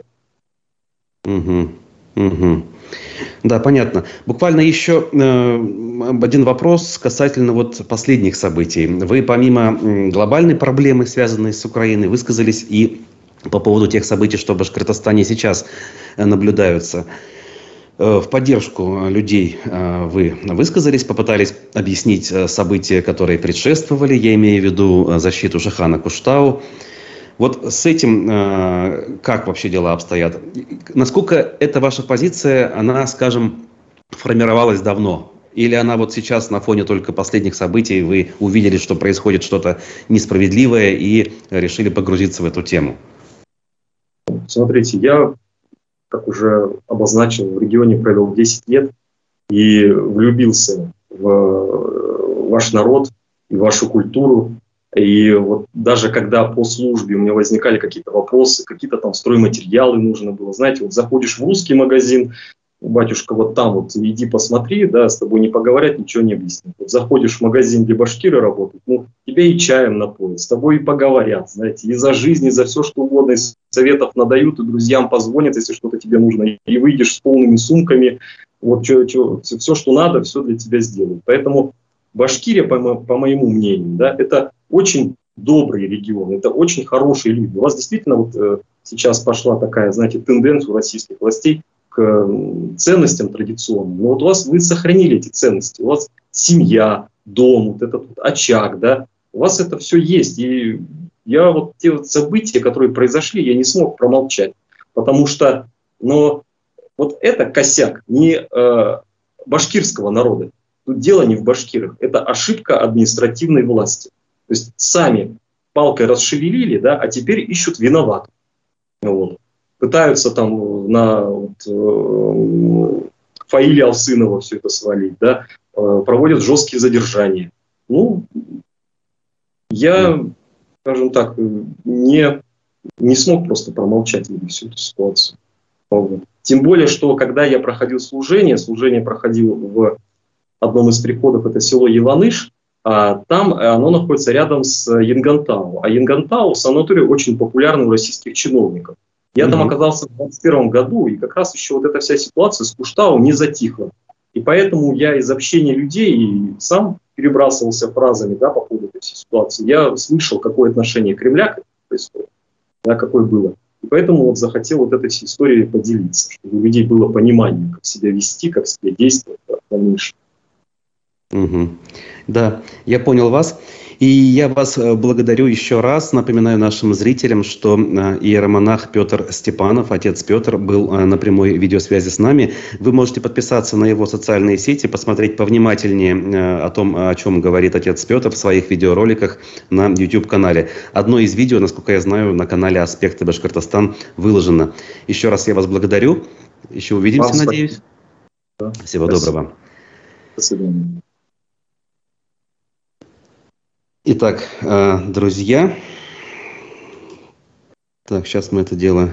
Угу, угу. Да, понятно. Буквально еще э, один вопрос касательно вот последних событий. Вы помимо глобальной проблемы, связанной с Украиной, высказались и по поводу тех событий, что в Башкортостане сейчас наблюдаются. Э, в поддержку людей э, вы высказались, попытались объяснить события, которые предшествовали. Я имею в виду защиту Шахана Куштау. Вот с этим э, как вообще дела обстоят? Насколько эта ваша позиция, она, скажем, формировалась давно? Или она вот сейчас на фоне только последних событий вы увидели, что происходит что-то несправедливое и решили погрузиться в эту тему? Смотрите, я, как уже обозначил, в регионе провел десять лет и влюбился в ваш народ и вашу культуру. И вот даже когда по службе у меня возникали какие-то вопросы, какие-то там стройматериалы нужно было, знаете, вот заходишь в русский магазин, батюшка, вот там вот иди посмотри, да, с тобой не поговорят, ничего не объяснят. Вот заходишь в магазин, где башкиры работают, ну, тебя и чаем напоят, с тобой и поговорят, знаете, и за жизнь, и за все, что угодно, и советов надают, и друзьям позвонят, если что-то тебе нужно, и выйдешь с полными сумками, вот чё, чё, все, все, что надо, все для тебя сделают. Поэтому Башкирия, по, мо- по моему мнению, да, это очень добрый регион, это очень хорошие люди. У вас действительно вот э, сейчас пошла такая, знаете, тенденция у российских властей к э, ценностям традиционным. Но вот у вас, вы сохранили эти ценности. У вас семья, дом, вот этот вот очаг, да, у вас это все есть. И я вот те вот события, которые произошли, я не смог промолчать. Потому что, но вот это косяк не э, башкирского народа. Тут дело не в башкирах, это ошибка административной власти. То есть сами палкой расшевелили, да, а теперь ищут виноватых. Вот. Пытаются там на вот, э, Фаиле Алсынова все это свалить, да, э, проводят жесткие задержания. Ну, я, скажем так, не, не смог просто промолчать всю эту ситуацию. Вот. Тем более, что когда я проходил служение, служение проходил в одном из приходов, это село Еланыш, а там оно находится рядом с Янгантау. А Янгантау санаторий очень популярный у российских чиновников. Я mm-hmm. там оказался в двадцать первом году, и как раз еще вот эта вся ситуация с Куштау не затихла. И поэтому я из общения людей и сам перебрасывался фразами, да, по поводу этой всей ситуации. Я слышал, какое отношение Кремля к этому происходит, да, какое было. И поэтому вот захотел вот этой всей историей поделиться, чтобы у людей было понимание, как себя вести, как себя действовать в дальнейшем. Угу. Да, я понял вас. И я вас благодарю еще раз. Напоминаю нашим зрителям, что иеромонах Петр Степанов, отец Петр, был на прямой видеосвязи с нами. Вы можете подписаться на его социальные сети, посмотреть повнимательнее о том, о чем говорит отец Петр в своих видеороликах на YouTube-канале. Одно из видео, насколько я знаю, на канале «Аспекты Башкортостан» выложено. Еще раз я вас благодарю. Еще увидимся, вам надеюсь. Да. Всего Спасибо. Доброго. До свидания. Итак, друзья, так, сейчас мы это дело...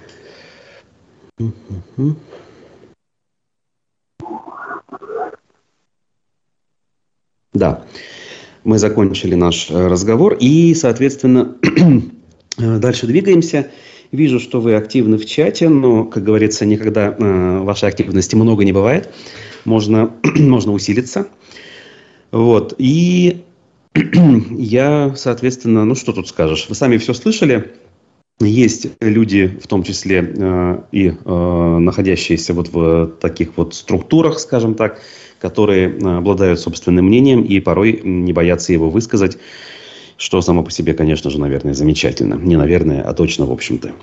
Да, мы закончили наш разговор и, соответственно, дальше двигаемся. Вижу, что вы активны в чате, но, как говорится, никогда вашей активности много не бывает. Можно, можно усилиться. Вот, и... Я, соответственно, ну что тут скажешь? Вы сами все слышали. Есть люди, в том числе э, и э, находящиеся вот в таких вот структурах, скажем так, которые обладают собственным мнением и порой не боятся его высказать, что само по себе, конечно же, наверное, замечательно. Не наверное, а точно, в общем-то.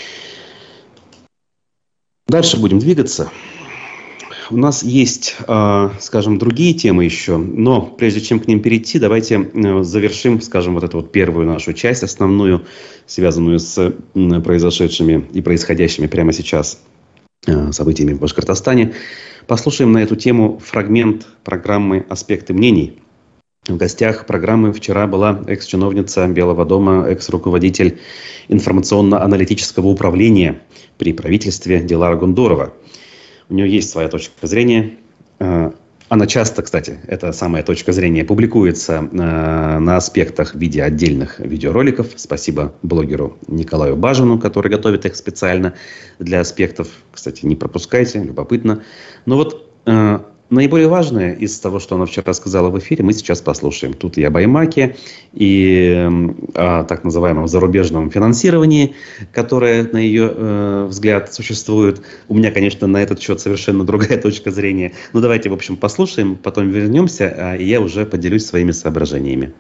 Дальше будем двигаться. У нас есть, скажем, другие темы еще, но прежде чем к ним перейти, давайте завершим, скажем, вот эту вот первую нашу часть, основную, связанную с произошедшими и происходящими прямо сейчас событиями в Башкортостане. Послушаем на эту тему фрагмент программы «Аспекты мнений». В гостях программы вчера была экс-чиновница Белого дома, экс-руководитель информационно-аналитического управления при правительстве Дилара Гундурова. У нее есть своя точка зрения. Она часто, кстати, эта самая точка зрения публикуется на аспектах в виде отдельных видеороликов. Спасибо блогеру Николаю Бажину, который готовит их специально для аспектов. Кстати, не пропускайте, любопытно. Но вот наиболее важное из того, что она вчера сказала в эфире, мы сейчас послушаем. Тут и о Баймаке, и о так называемом зарубежном финансировании, которое, на ее э, взгляд, существует. У меня, конечно, на этот счет совершенно другая точка зрения. Но давайте, в общем, послушаем, потом вернемся, и я уже поделюсь своими соображениями.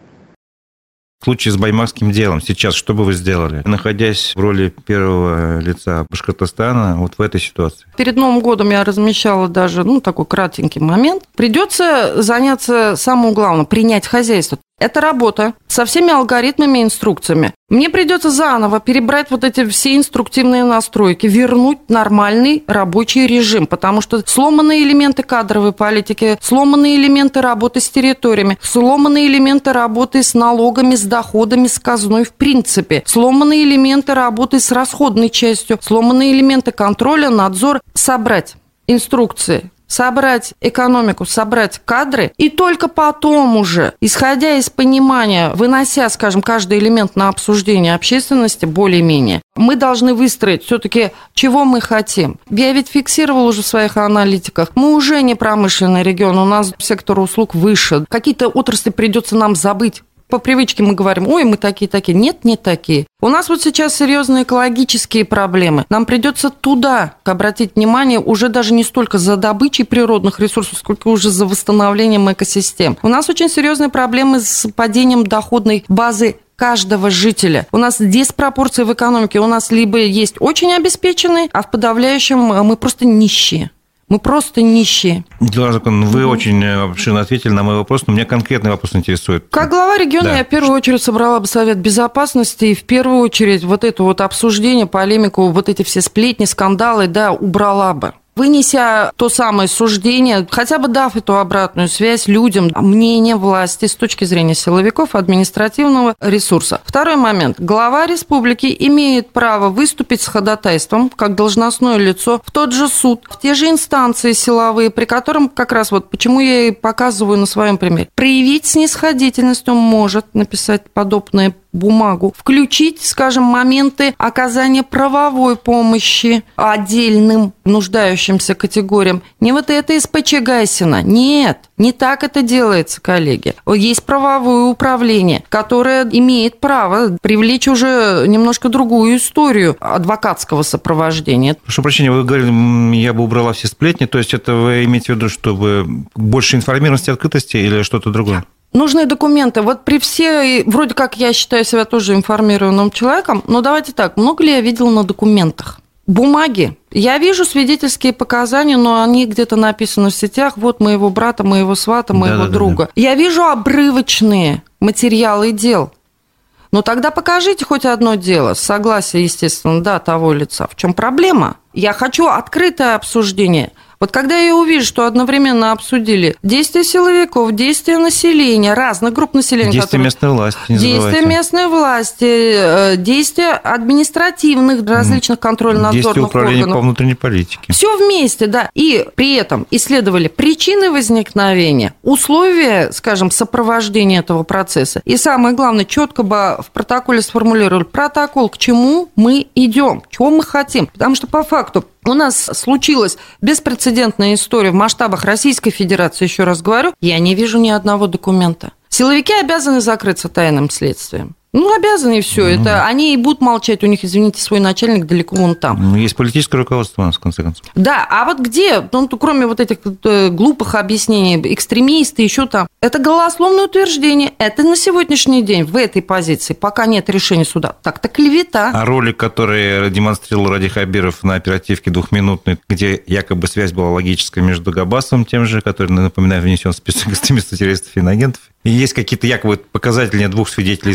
В случае с баймакским делом сейчас что бы вы сделали, находясь в роли первого лица Башкортостана вот в этой ситуации? Перед Новым годом я размещала даже ну, такой кратенький момент. Придется заняться самым главным – принять хозяйство. Это работа со всеми алгоритмами и инструкциями. Мне придется заново перебрать вот эти все инструктивные настройки, вернуть нормальный рабочий режим, потому что сломанные элементы кадровой политики, сломанные элементы работы с территориями, сломанные элементы работы с налогами, с доходами, с казной в принципе, сломанные элементы работы с расходной частью, сломанные элементы контроля, надзора. Собрать инструкции, собрать экономику, собрать кадры, и только потом уже, исходя из понимания, вынося, скажем, каждый элемент на обсуждение общественности более-менее, мы должны выстроить все-таки, чего мы хотим. Я ведь фиксировала уже в своих аналитиках, мы уже не промышленный регион, у нас сектор услуг выше, какие-то отрасли придется нам забыть. По привычке мы говорим, ой, мы такие-такие. Нет, не такие. У нас вот сейчас серьезные экологические проблемы. Нам придется туда обратить внимание уже даже не столько за добычей природных ресурсов, сколько уже за восстановлением экосистем. У нас очень серьезные проблемы с падением доходной базы каждого жителя. У нас диспропорции в экономике. У нас либо есть очень обеспеченные, а в подавляющем мы просто нищие. Мы просто нищие. Дилара Зукановна, вы угу. очень обширно ответили на мой вопрос, но меня конкретный вопрос интересует. Как глава региона да. я в первую очередь собрала бы Совет Безопасности и в первую очередь вот это вот обсуждение, полемику, вот эти все сплетни, скандалы, да, убрала бы. Вынеся то самое суждение, хотя бы дав эту обратную связь людям, мнение власти с точки зрения силовиков, административного ресурса. Второй момент. Глава республики имеет право выступить с ходатайством, как должностное лицо, в тот же суд, в те же инстанции силовые, при котором как раз вот почему я и показываю на своем примере. Проявить снисходительность он может, написать подобное бумагу, включить, скажем, моменты оказания правовой помощи отдельным нуждающимся категориям. Не вот это эс пэ че Гайсина. Нет, не так это делается, коллеги. Есть правовое управление, которое имеет право привлечь уже немножко другую историю адвокатского сопровождения. Прошу прощения, вы говорили, я бы убрала все сплетни, то есть это вы имеете в виду, чтобы больше информированности, открытости или что-то другое? Нужные документы. Вот при всей, вроде как я считаю себя тоже информированным человеком, но давайте так, много ли я видела на документах? Бумаги. Я вижу свидетельские показания, но они где-то написаны в сетях. Вот моего брата, моего свата, моего да, друга. Да, да. Я вижу обрывочные материалы дел. Но тогда покажите хоть одно дело, с согласия, естественно, да, того лица. В чем проблема? Я хочу открытое обсуждение. Вот когда я увижу, что одновременно обсудили действия силовиков, действия населения, разных групп населения. Действия которые... местной власти, не Действия забывайте. местной власти, действия административных, различных контрольно-надзорных действия управления органов. По внутренней политике. Все вместе, да. И при этом исследовали причины возникновения, условия, скажем, сопровождения этого процесса. И самое главное, четко бы в протоколе сформулировали протокол, к чему мы идем, чего мы хотим. Потому что по факту у нас случилась беспрецедентная история в масштабах Российской Федерации, еще раз говорю, я не вижу ни одного документа. Силовики обязаны закрыться тайным следствием. Ну, обязаны, и все. Mm-hmm. Это они и будут молчать. У них, извините, свой начальник далеко вон там. Есть политическое руководство у нас, в конце концов. Да, а вот где, ну, кроме вот этих глупых объяснений, экстремисты, еще там, это голословное утверждение. Это на сегодняшний день в этой позиции, пока нет решения суда. Так-то клевета. А ролик, который демонстрировал Ради Хабиров на оперативке двухминутной, где якобы связь была логическая между Габасовым тем же, который, напоминаю, внесен в список экстремистов, террористов и иноагентов, и есть какие-то якобы показатели двух свидетелей из какого-то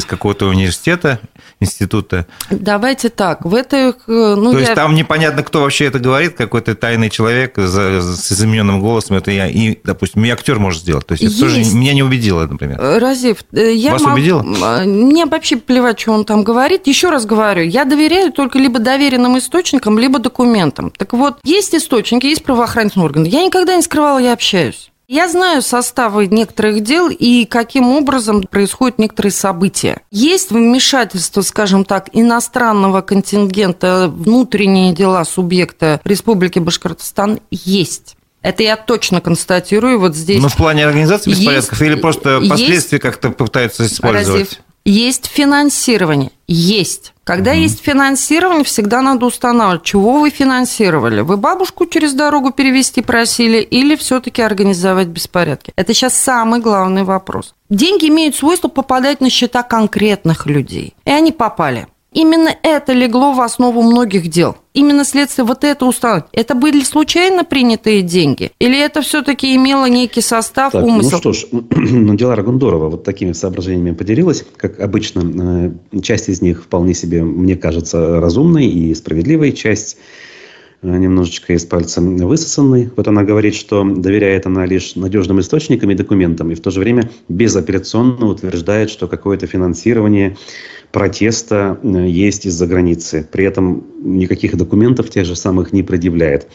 этого университета, института. Давайте так. В этой, ну, То я... есть там непонятно, кто вообще это говорит, какой-то тайный человек за, с измененным голосом. Это я, и, допустим, и актер может сделать. То есть это Есть. тоже меня не убедило, например. Разив, я Вас мог... убедило? Мне вообще плевать, что он там говорит. Еще раз говорю, я доверяю только либо доверенным источникам, либо документам. Так вот, есть источники, есть правоохранительные органы. Я никогда не скрывала, я общаюсь. Я знаю составы некоторых дел и каким образом происходят некоторые события. Есть вмешательство, скажем так, иностранного контингента в внутренние дела субъекта Республики Башкортостан? Есть. Это я точно констатирую вот здесь. Ну, в плане организации беспорядков есть, или просто последствия как-то пытаются использовать? Разив. Есть финансирование. Есть. Когда mm-hmm. есть финансирование, всегда надо устанавливать, чего вы финансировали. Вы бабушку через дорогу перевести просили или все-таки организовать беспорядки? Это сейчас самый главный вопрос. Деньги имеют свойство попадать на счета конкретных людей. И они попали. Именно это легло в основу многих дел. Именно следствие вот это установить. Это были случайно принятые деньги? Или это все-таки имело некий состав, так, умысел? Ну что ж, ну, Дилара Гундорова вот такими соображениями поделилась. Как обычно, часть из них вполне себе, мне кажется, разумной и справедливой. Часть немножечко из пальца высосанной. Вот она говорит, что доверяет она лишь надежным источникам и документам. И в то же время безапелляционно утверждает, что какое-то финансирование протеста есть из-за границы. При этом никаких документов тех же самых не предъявляет.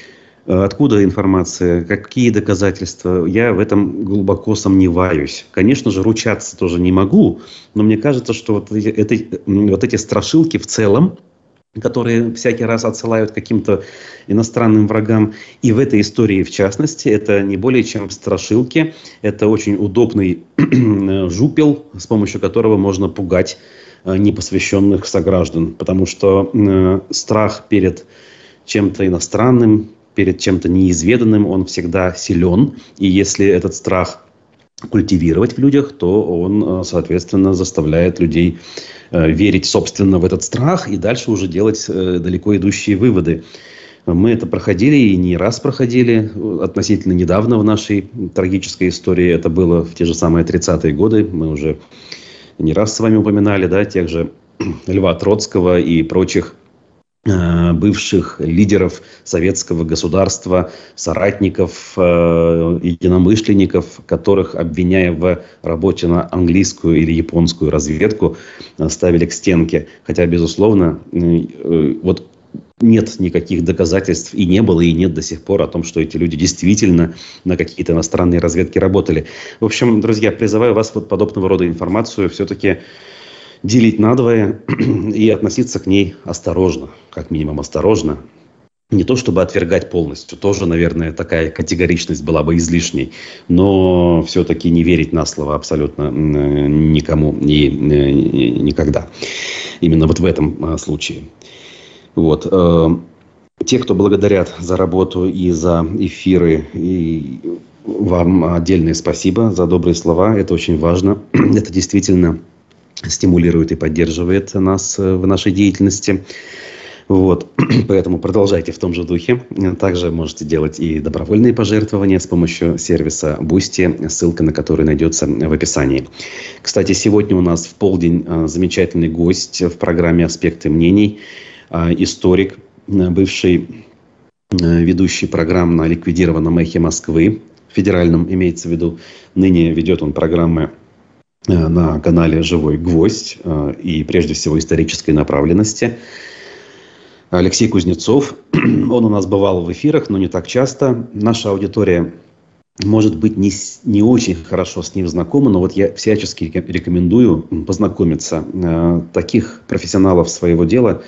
Откуда информация? Какие доказательства? Я в этом глубоко сомневаюсь. Конечно же, ручаться тоже не могу. Но мне кажется, что вот эти, это, вот эти страшилки в целом, которые всякий раз отсылают каким-то иностранным врагам. И в этой истории, в частности, это не более чем страшилки. Это очень удобный жупел, с помощью которого можно пугать непосвященных сограждан. Потому что э, страх перед чем-то иностранным, перед чем-то неизведанным, он всегда силен. И если этот страх культивировать в людях, то он, соответственно, заставляет людей верить, собственно, в этот страх и дальше уже делать далеко идущие выводы. Мы это проходили и не раз проходили относительно недавно в нашей трагической истории. Это было в те же самые тридцатые годы. Мы уже не раз с вами упоминали, да, тех же Льва Троцкого и прочих бывших лидеров советского государства, соратников, единомышленников, которых, обвиняя в работе на английскую или японскую разведку, ставили к стенке. Хотя, безусловно, вот нет никаких доказательств, и не было, и нет до сих пор о том, что эти люди действительно на какие-то иностранные разведки работали. В общем, друзья, призываю вас вот подобного рода информацию все-таки делить надвое и относиться к ней осторожно, как минимум осторожно. Не то чтобы отвергать полностью, тоже, наверное, такая категоричность была бы излишней, но все-таки не верить на слово абсолютно никому и никогда. Именно вот в этом случае. Вот. Те, кто благодарят за работу и за эфиры, и вам отдельное спасибо за добрые слова. Это очень важно. Это действительно стимулирует и поддерживает нас в нашей деятельности. Вот. Поэтому продолжайте в том же духе. Также можете делать и добровольные пожертвования с помощью сервиса Boosty, ссылка на который найдется в описании. Кстати, сегодня у нас в полдень замечательный гость в программе «Аспекты мнений», историк, бывший ведущий программ на ликвидированном «Эхе Москвы», федеральном имеется в виду. Ныне ведет он программы на канале «Живой гвоздь» и, прежде всего, исторической направленности. Алексей Кузнецов. Он у нас бывал в эфирах, но не так часто. Наша аудитория, может быть, не, не очень хорошо с ним знакома, но вот я всячески рекомендую познакомиться. Таких профессионалов своего дела,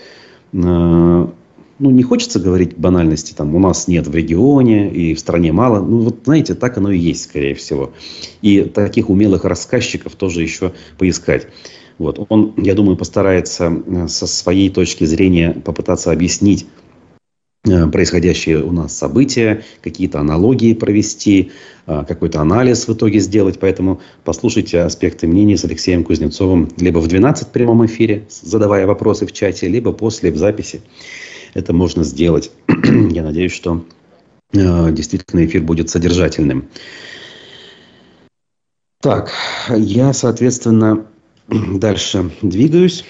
ну, не хочется говорить банальности, там, у нас нет в регионе и в стране мало. Ну, вот, знаете, так оно и есть, скорее всего. И таких умелых рассказчиков тоже еще поискать. Вот. Он, я думаю, постарается со своей точки зрения попытаться объяснить происходящие у нас события, какие-то аналогии провести, какой-то анализ в итоге сделать. Поэтому послушайте «Аспекты мнений» с Алексеем Кузнецовым либо в двенадцать в прямом эфире, задавая вопросы в чате, либо после в записи. Это можно сделать. Я надеюсь, что э, действительно эфир будет содержательным. Так, я, соответственно, дальше двигаюсь.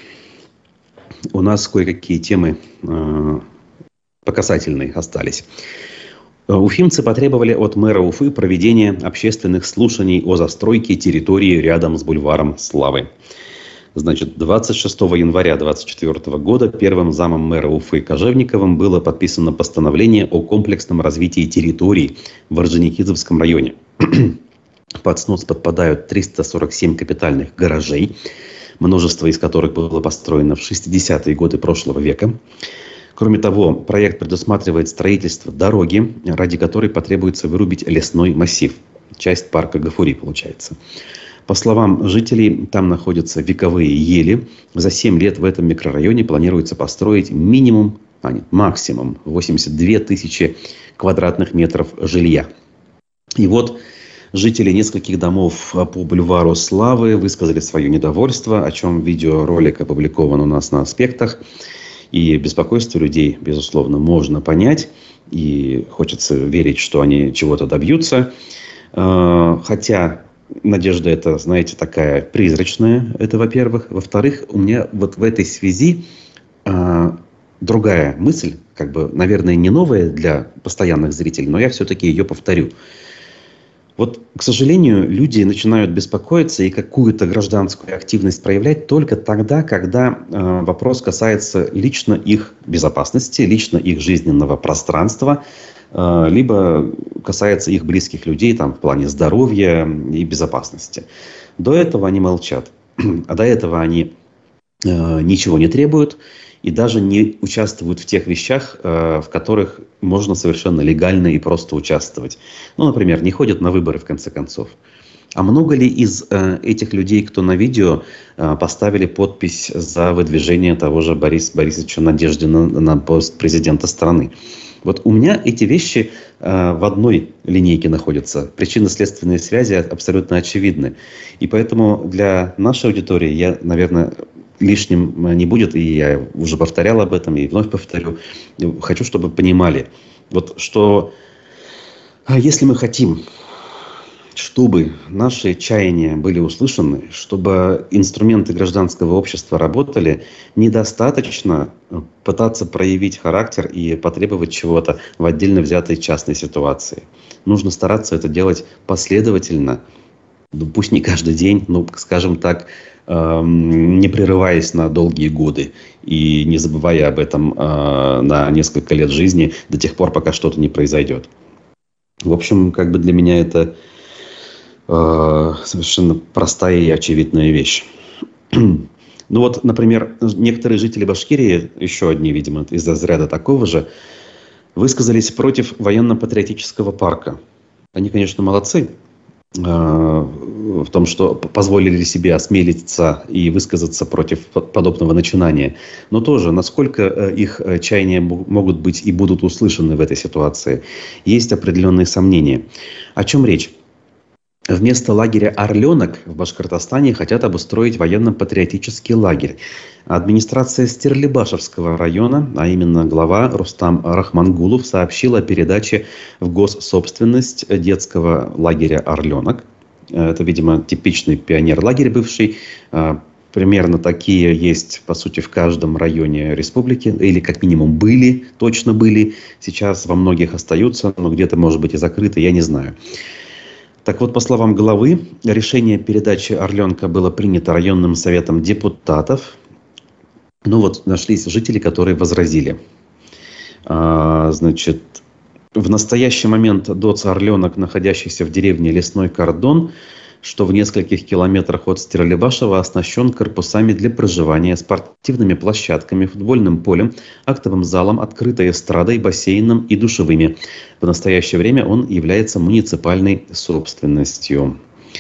У нас кое-какие темы э, по касательной остались. Уфимцы потребовали от мэра Уфы проведения общественных слушаний о застройке территории рядом с бульваром Славы. Значит, двадцать шестого января две тысячи двадцать четвёртого года первым замом мэра Уфы Кожевниковым было подписано постановление о комплексном развитии территорий в Орджоникидзевском районе. Под снос подпадают триста сорок семь капитальных гаражей, множество из которых было построено в шестидесятые годы прошлого века. Кроме того, проект предусматривает строительство дороги, ради которой потребуется вырубить лесной массив. Часть парка Гафури получается. По словам жителей, там находятся вековые ели. За семь лет в этом микрорайоне планируется построить минимум, а нет, максимум восемьдесят две тысячи квадратных метров жилья. И вот жители нескольких домов по бульвару Славы высказали свое недовольство, о чем видеоролик опубликован у нас на «Аспектах». И беспокойство людей, безусловно, можно понять. И хочется верить, что они чего-то добьются. Хотя надежда это, знаете, такая призрачная. Это, во-первых. Во-вторых, у меня вот в этой связи другая мысль, как бы, наверное, не новая для постоянных зрителей, но я все-таки ее повторю. Вот, к сожалению, люди начинают беспокоиться и какую-то гражданскую активность проявлять только тогда, когда э, вопрос касается лично их безопасности, лично их жизненного пространства, э, либо касается их близких людей там, в плане здоровья и безопасности. До этого они молчат, а до этого они э, ничего не требуют и даже не участвуют в тех вещах, в которых можно совершенно легально и просто участвовать. Ну, например, не ходят на выборы, в конце концов. А много ли из этих людей, кто на видео, поставили подпись за выдвижение того же Бориса Борисовича Надеждина на пост президента страны? Вот у меня эти вещи в одной линейке находятся. Причинно-следственные связи абсолютно очевидны. И поэтому для нашей аудитории я, наверное, лишним не будет, и я уже повторял об этом, и вновь повторю. Хочу, чтобы понимали, вот, что если мы хотим, чтобы наши чаяния были услышаны, чтобы инструменты гражданского общества работали, недостаточно пытаться проявить характер и потребовать чего-то в отдельно взятой частной ситуации. Нужно стараться это делать последовательно, ну, пусть не каждый день, но, скажем так, не прерываясь на долгие годы и не забывая об этом э, на несколько лет жизни до тех пор, пока что-то не произойдет. В общем, как бы для меня это э, совершенно простая и очевидная вещь. Ну вот, например, некоторые жители Башкирии, еще одни, видимо, из разряда такого же, высказались против военно-патриотического парка. Они, конечно, молодцы в том, что позволили себе осмелиться и высказаться против подобного начинания. Но тоже, насколько их чаяния могут быть и будут услышаны в этой ситуации, есть определенные сомнения. О чем речь? Вместо лагеря «Орленок» в Башкортостане хотят обустроить военно-патриотический лагерь. Администрация Стерлибашевского района, а именно глава Рустам Рахмангулов, сообщила о передаче в госсобственность детского лагеря «Орленок». Это, видимо, типичный пионер-лагерь бывший. Примерно такие есть, по сути, в каждом районе республики. Или, как минимум, были, точно были. Сейчас во многих остаются, но где-то, может быть, и закрыты, я не знаю. Так вот, по словам главы, решение передачи «Орленка» было принято районным советом депутатов. Ну вот, нашлись жители, которые возразили. А, значит, в настоящий момент ДОЦ «Орленок», находящийся в деревне Лесной Кордон, что в нескольких километрах от Стерлибашева, оснащен корпусами для проживания, спортивными площадками, футбольным полем, актовым залом, открытой эстрадой, бассейном и душевыми. В настоящее время он является муниципальной собственностью.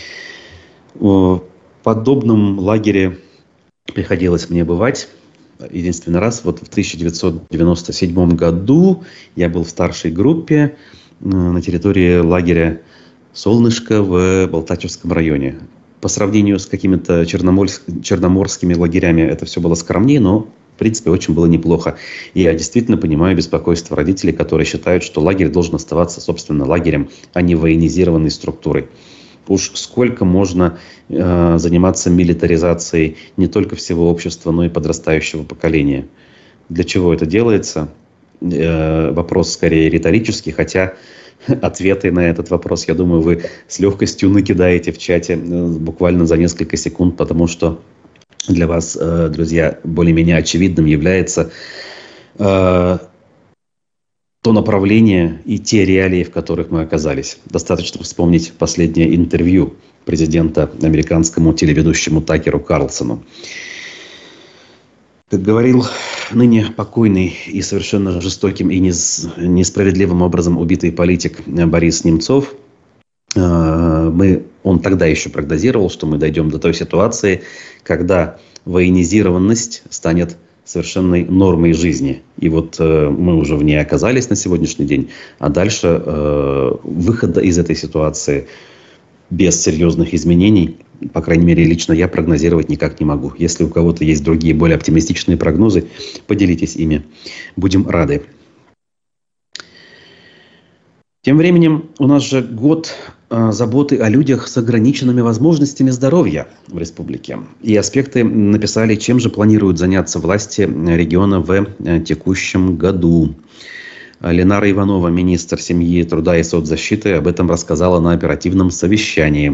В подобном лагере приходилось мне бывать. Единственный раз, вот в тысяча девятьсот девяносто седьмом году я был в старшей группе на территории лагеря «Солнышко» в Балтачевском районе. По сравнению с какими-то черноморск... черноморскими лагерями это все было скромнее, но, в принципе, очень было неплохо. И я действительно понимаю беспокойство родителей, которые считают, что лагерь должен оставаться, собственно, лагерем, а не военизированной структурой. Уж сколько можно э, заниматься милитаризацией не только всего общества, но и подрастающего поколения. Для чего это делается? Э, вопрос скорее риторический, хотя ответы на этот вопрос, я думаю, вы с легкостью накидаете в чате э, буквально за несколько секунд, потому что для вас, э, друзья, более-менее очевидным является э, то направление и те реалии, в которых мы оказались. Достаточно вспомнить последнее интервью президента американскому телеведущему Такеру Карлсону. Как говорил ныне покойный и совершенно жестоким и несправедливым образом убитый политик Борис Немцов, мы, он тогда еще прогнозировал, что мы дойдем до той ситуации, когда военизированность станет совершенной нормой жизни. И вот э, мы уже в ней оказались на сегодняшний день, а дальше э, выхода из этой ситуации без серьезных изменений, по крайней мере, лично я прогнозировать никак не могу. Если у кого-то есть другие, более оптимистичные прогнозы, поделитесь ими. Будем рады. Тем временем у нас же год э, заботы о людях с ограниченными возможностями здоровья в республике. И аспекты написали, чем же планируют заняться власти региона в э, текущем году. Ленара Иванова, министр семьи, труда и соцзащиты, об этом рассказала на оперативном совещании.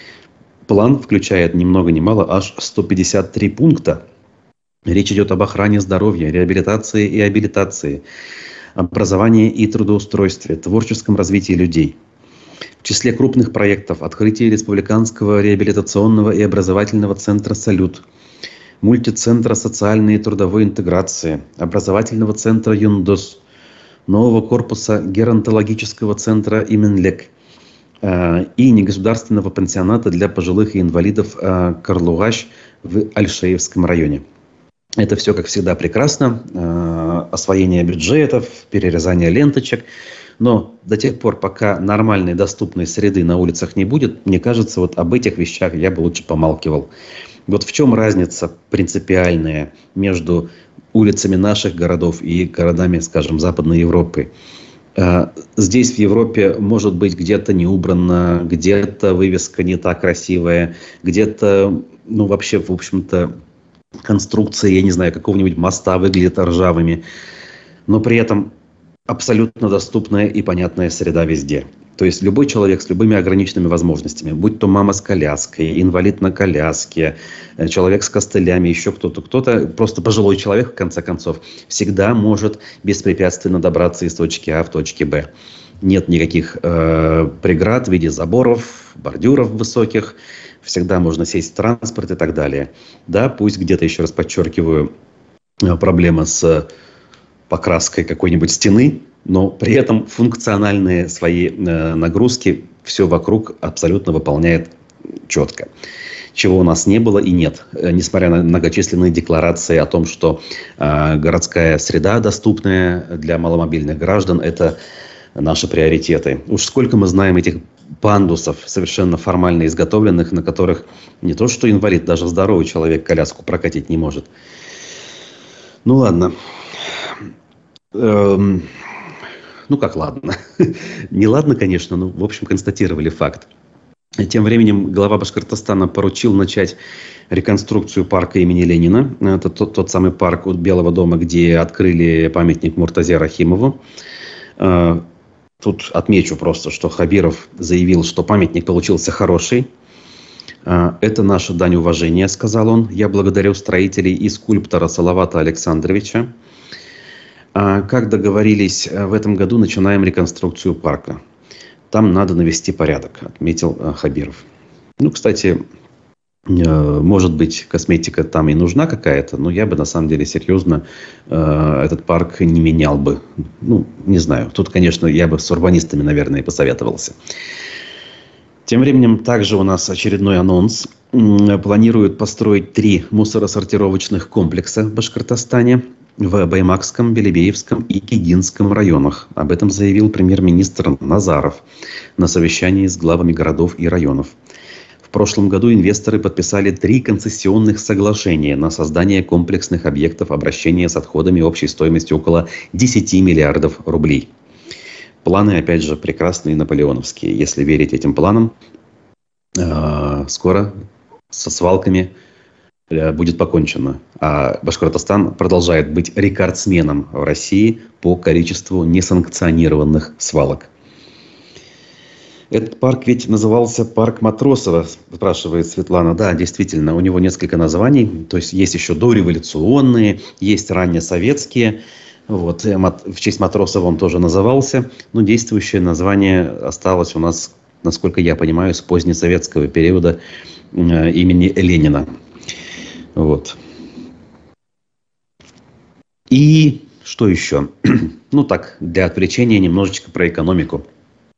План включает ни много ни мало аж сто пятьдесят три пункта. Речь идет об охране здоровья, реабилитации и абилитации, образовании и трудоустройстве, творческом развитии людей. В числе крупных проектов открытие Республиканского реабилитационного и образовательного центра «Салют», мультицентра социальной и трудовой интеграции, образовательного центра «Юндос», нового корпуса геронтологического центра «Именлек» э, и негосударственного пансионата для пожилых и инвалидов э, «Карлугаш» в Альшеевском районе. Это все, как всегда, прекрасно. Э, освоение бюджетов, перерезание ленточек. Но до тех пор, пока нормальной, доступной среды на улицах не будет, мне кажется, вот об этих вещах я бы лучше помалкивал. Вот в чем разница принципиальная между улицами наших городов и городами, скажем, Западной Европы? Э, здесь, в Европе, может быть где-то не убрано, где-то вывеска не так красивая, где-то, ну, вообще, в общем-то, конструкции, я не знаю, какого-нибудь моста выглядят ржавыми, но при этом абсолютно доступная и понятная среда везде. То есть любой человек с любыми ограниченными возможностями, будь то мама с коляской, инвалид на коляске, человек с костылями, еще кто-то, кто-то, просто пожилой человек, в конце концов, всегда может беспрепятственно добраться из точки А в точке Б. Нет никаких э, преград в виде заборов, бордюров высоких, всегда можно сесть в транспорт и так далее. Да, пусть где-то, еще раз подчеркиваю, проблема с покраской какой-нибудь стены, но при этом функциональные свои э, нагрузки все вокруг абсолютно выполняет четко. Чего у нас не было и нет. Э, несмотря на многочисленные декларации о том, что э, городская среда, доступная для маломобильных граждан, это наши приоритеты. Уж сколько мы знаем этих пандусов, совершенно формально изготовленных, на которых не то что инвалид, даже здоровый человек коляску прокатить не может. Ну ладно. Эм, ну как ладно? Не ладно, конечно, но в общем констатировали факт. Тем временем глава Башкортостана поручил начать реконструкцию парка имени Ленина. Это тот, тот самый парк от Белого дома, где открыли памятник Муртазе Рахимову. Тут отмечу просто, что Хабиров заявил, что памятник получился хороший. Это наша дань уважения, сказал он. Я благодарю строителей и скульптора Салавата Александровича. Как договорились, в этом году начинаем реконструкцию парка. Там надо навести порядок, отметил Хабиров. Ну, кстати, может быть, косметика там и нужна какая-то, но я бы на самом деле серьезно э, этот парк не менял бы. Ну, не знаю. Тут, конечно, я бы с урбанистами, наверное, посоветовался. Тем временем также у нас очередной анонс. Планируют построить три мусоросортировочных комплекса в Башкортостане в Баймакском, Белебеевском и Кигинском районах. Об этом заявил премьер-министр Назаров на совещании с главами городов и районов. В прошлом году инвесторы подписали три концессионных соглашения на создание комплексных объектов обращения с отходами общей стоимостью около десяти миллиардов рублей. Планы, опять же, прекрасные наполеоновские. Если верить этим планам, скоро со свалками будет покончено. А Башкортостан продолжает быть рекордсменом в России по количеству несанкционированных свалок. Этот парк ведь назывался парк Матросова, спрашивает Светлана. Да, действительно, у него несколько названий. То есть есть еще дореволюционные, есть раннесоветские. Вот. В честь Матросова он тоже назывался. Но действующее название осталось у нас, насколько я понимаю, с позднесоветского периода имени Ленина. Вот. И что еще? Ну так, для отвлечения немножечко про экономику.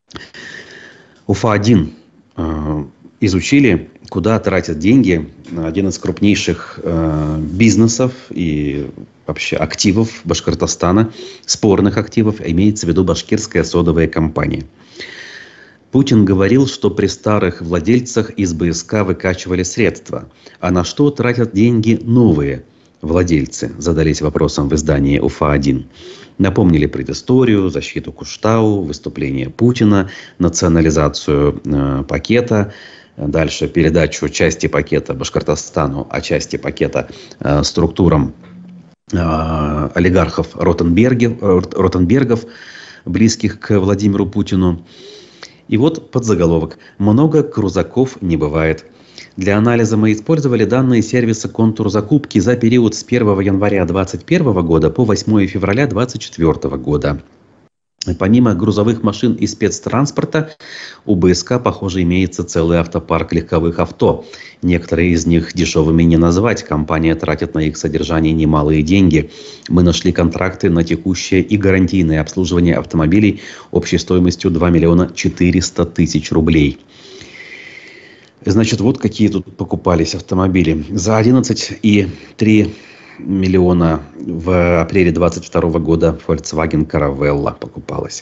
Уфа-один э, изучили, куда тратят деньги один из крупнейших э, бизнесов и вообще активов Башкортостана, спорных активов, имеется в виду башкирская содовая компания. Путин говорил, что при старых владельцах из БСК выкачивали средства. А на что тратят деньги новые владельцы? Задались вопросом в издании Уфа-один. Напомнили предысторию, защиту Куштау, выступление Путина, национализацию э, пакета, дальше передачу части пакета Башкортостану, а части пакета э, структурам э, олигархов Ротенберги, Ротенбергов, близких к Владимиру Путину. И вот подзаголовок: «Много крузаков не бывает». Для анализа мы использовали данные сервиса «Контур закупки» за период с первого января две тысячи двадцать первого года по восьмое февраля две тысячи двадцать четвёртого года. Помимо грузовых машин и спецтранспорта, у БСК, похоже, имеется целый автопарк легковых авто. Некоторые из них дешевыми не назвать. Компания тратит на их содержание немалые деньги. Мы нашли контракты на текущее и гарантийное обслуживание автомобилей общей стоимостью два миллиона четыреста тысяч рублей. Значит, вот какие тут покупались автомобили. За одиннадцать и три миллиона в апреле двадцать второго года Volkswagen Caravella покупалась.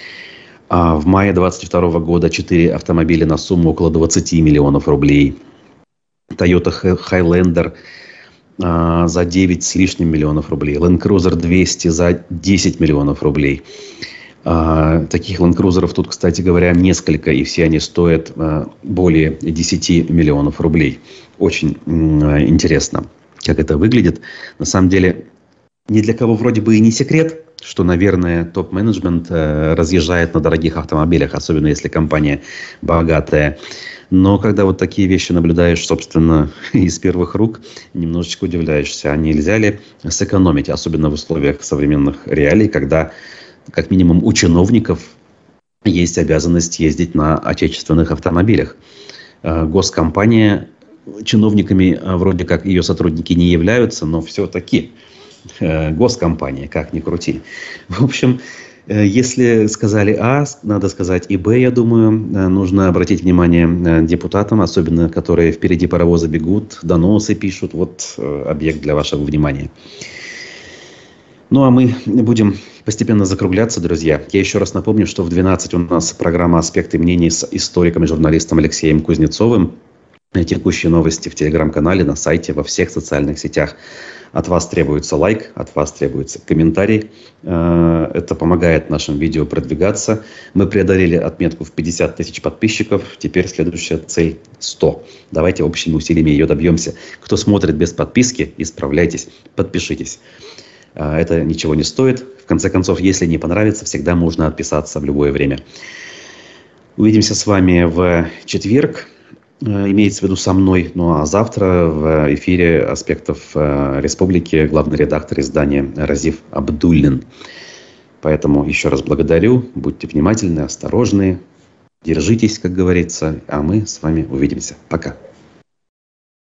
А в мае двадцать второго года четыре автомобиля на сумму около двадцать миллионов рублей. Toyota Highlander а, за девять с лишним миллионов рублей. Land Cruiser двести за десять миллионов рублей. А, таких Land Cruiser'ов тут, кстати говоря, несколько, и все они стоят а, более десяти миллионов рублей. Очень а, интересно, как это выглядит. На самом деле, ни для кого вроде бы и не секрет, что, наверное, топ-менеджмент а, разъезжает на дорогих автомобилях, особенно если компания богатая. Но когда вот такие вещи наблюдаешь, собственно, из первых рук, немножечко удивляешься, а нельзя ли сэкономить, особенно в условиях современных реалий, когда как минимум у чиновников есть обязанность ездить на отечественных автомобилях. Госкомпания, чиновниками вроде как ее сотрудники не являются, но все-таки госкомпания, как ни крути. В общем, если сказали А, надо сказать и Б, я думаю. Нужно обратить внимание депутатам, особенно которые впереди паровоза бегут, доносы пишут. Вот объект для вашего внимания. Ну, а мы будем постепенно закругляться, друзья. Я еще раз напомню, что в двенадцать у нас программа «Аспекты мнений» с историком и журналистом Алексеем Кузнецовым. Текущие новости в телеграм-канале, на сайте, во всех социальных сетях. От вас требуется лайк, от вас требуется комментарий. Это помогает нашим видео продвигаться. Мы преодолели отметку в пятьдесят тысяч подписчиков. Теперь следующая цель – сто. Давайте общими усилиями ее добьемся. Кто смотрит без подписки, исправляйтесь, подпишитесь. Это ничего не стоит. В конце концов, если не понравится, всегда можно отписаться в любое время. Увидимся с вами в четверг. Имеется в виду со мной. Ну а завтра в эфире «Аспектов Республики» главный редактор издания Разиф Абдуллин. Поэтому еще раз благодарю. Будьте внимательны, осторожны. Держитесь, как говорится. А мы с вами увидимся. Пока.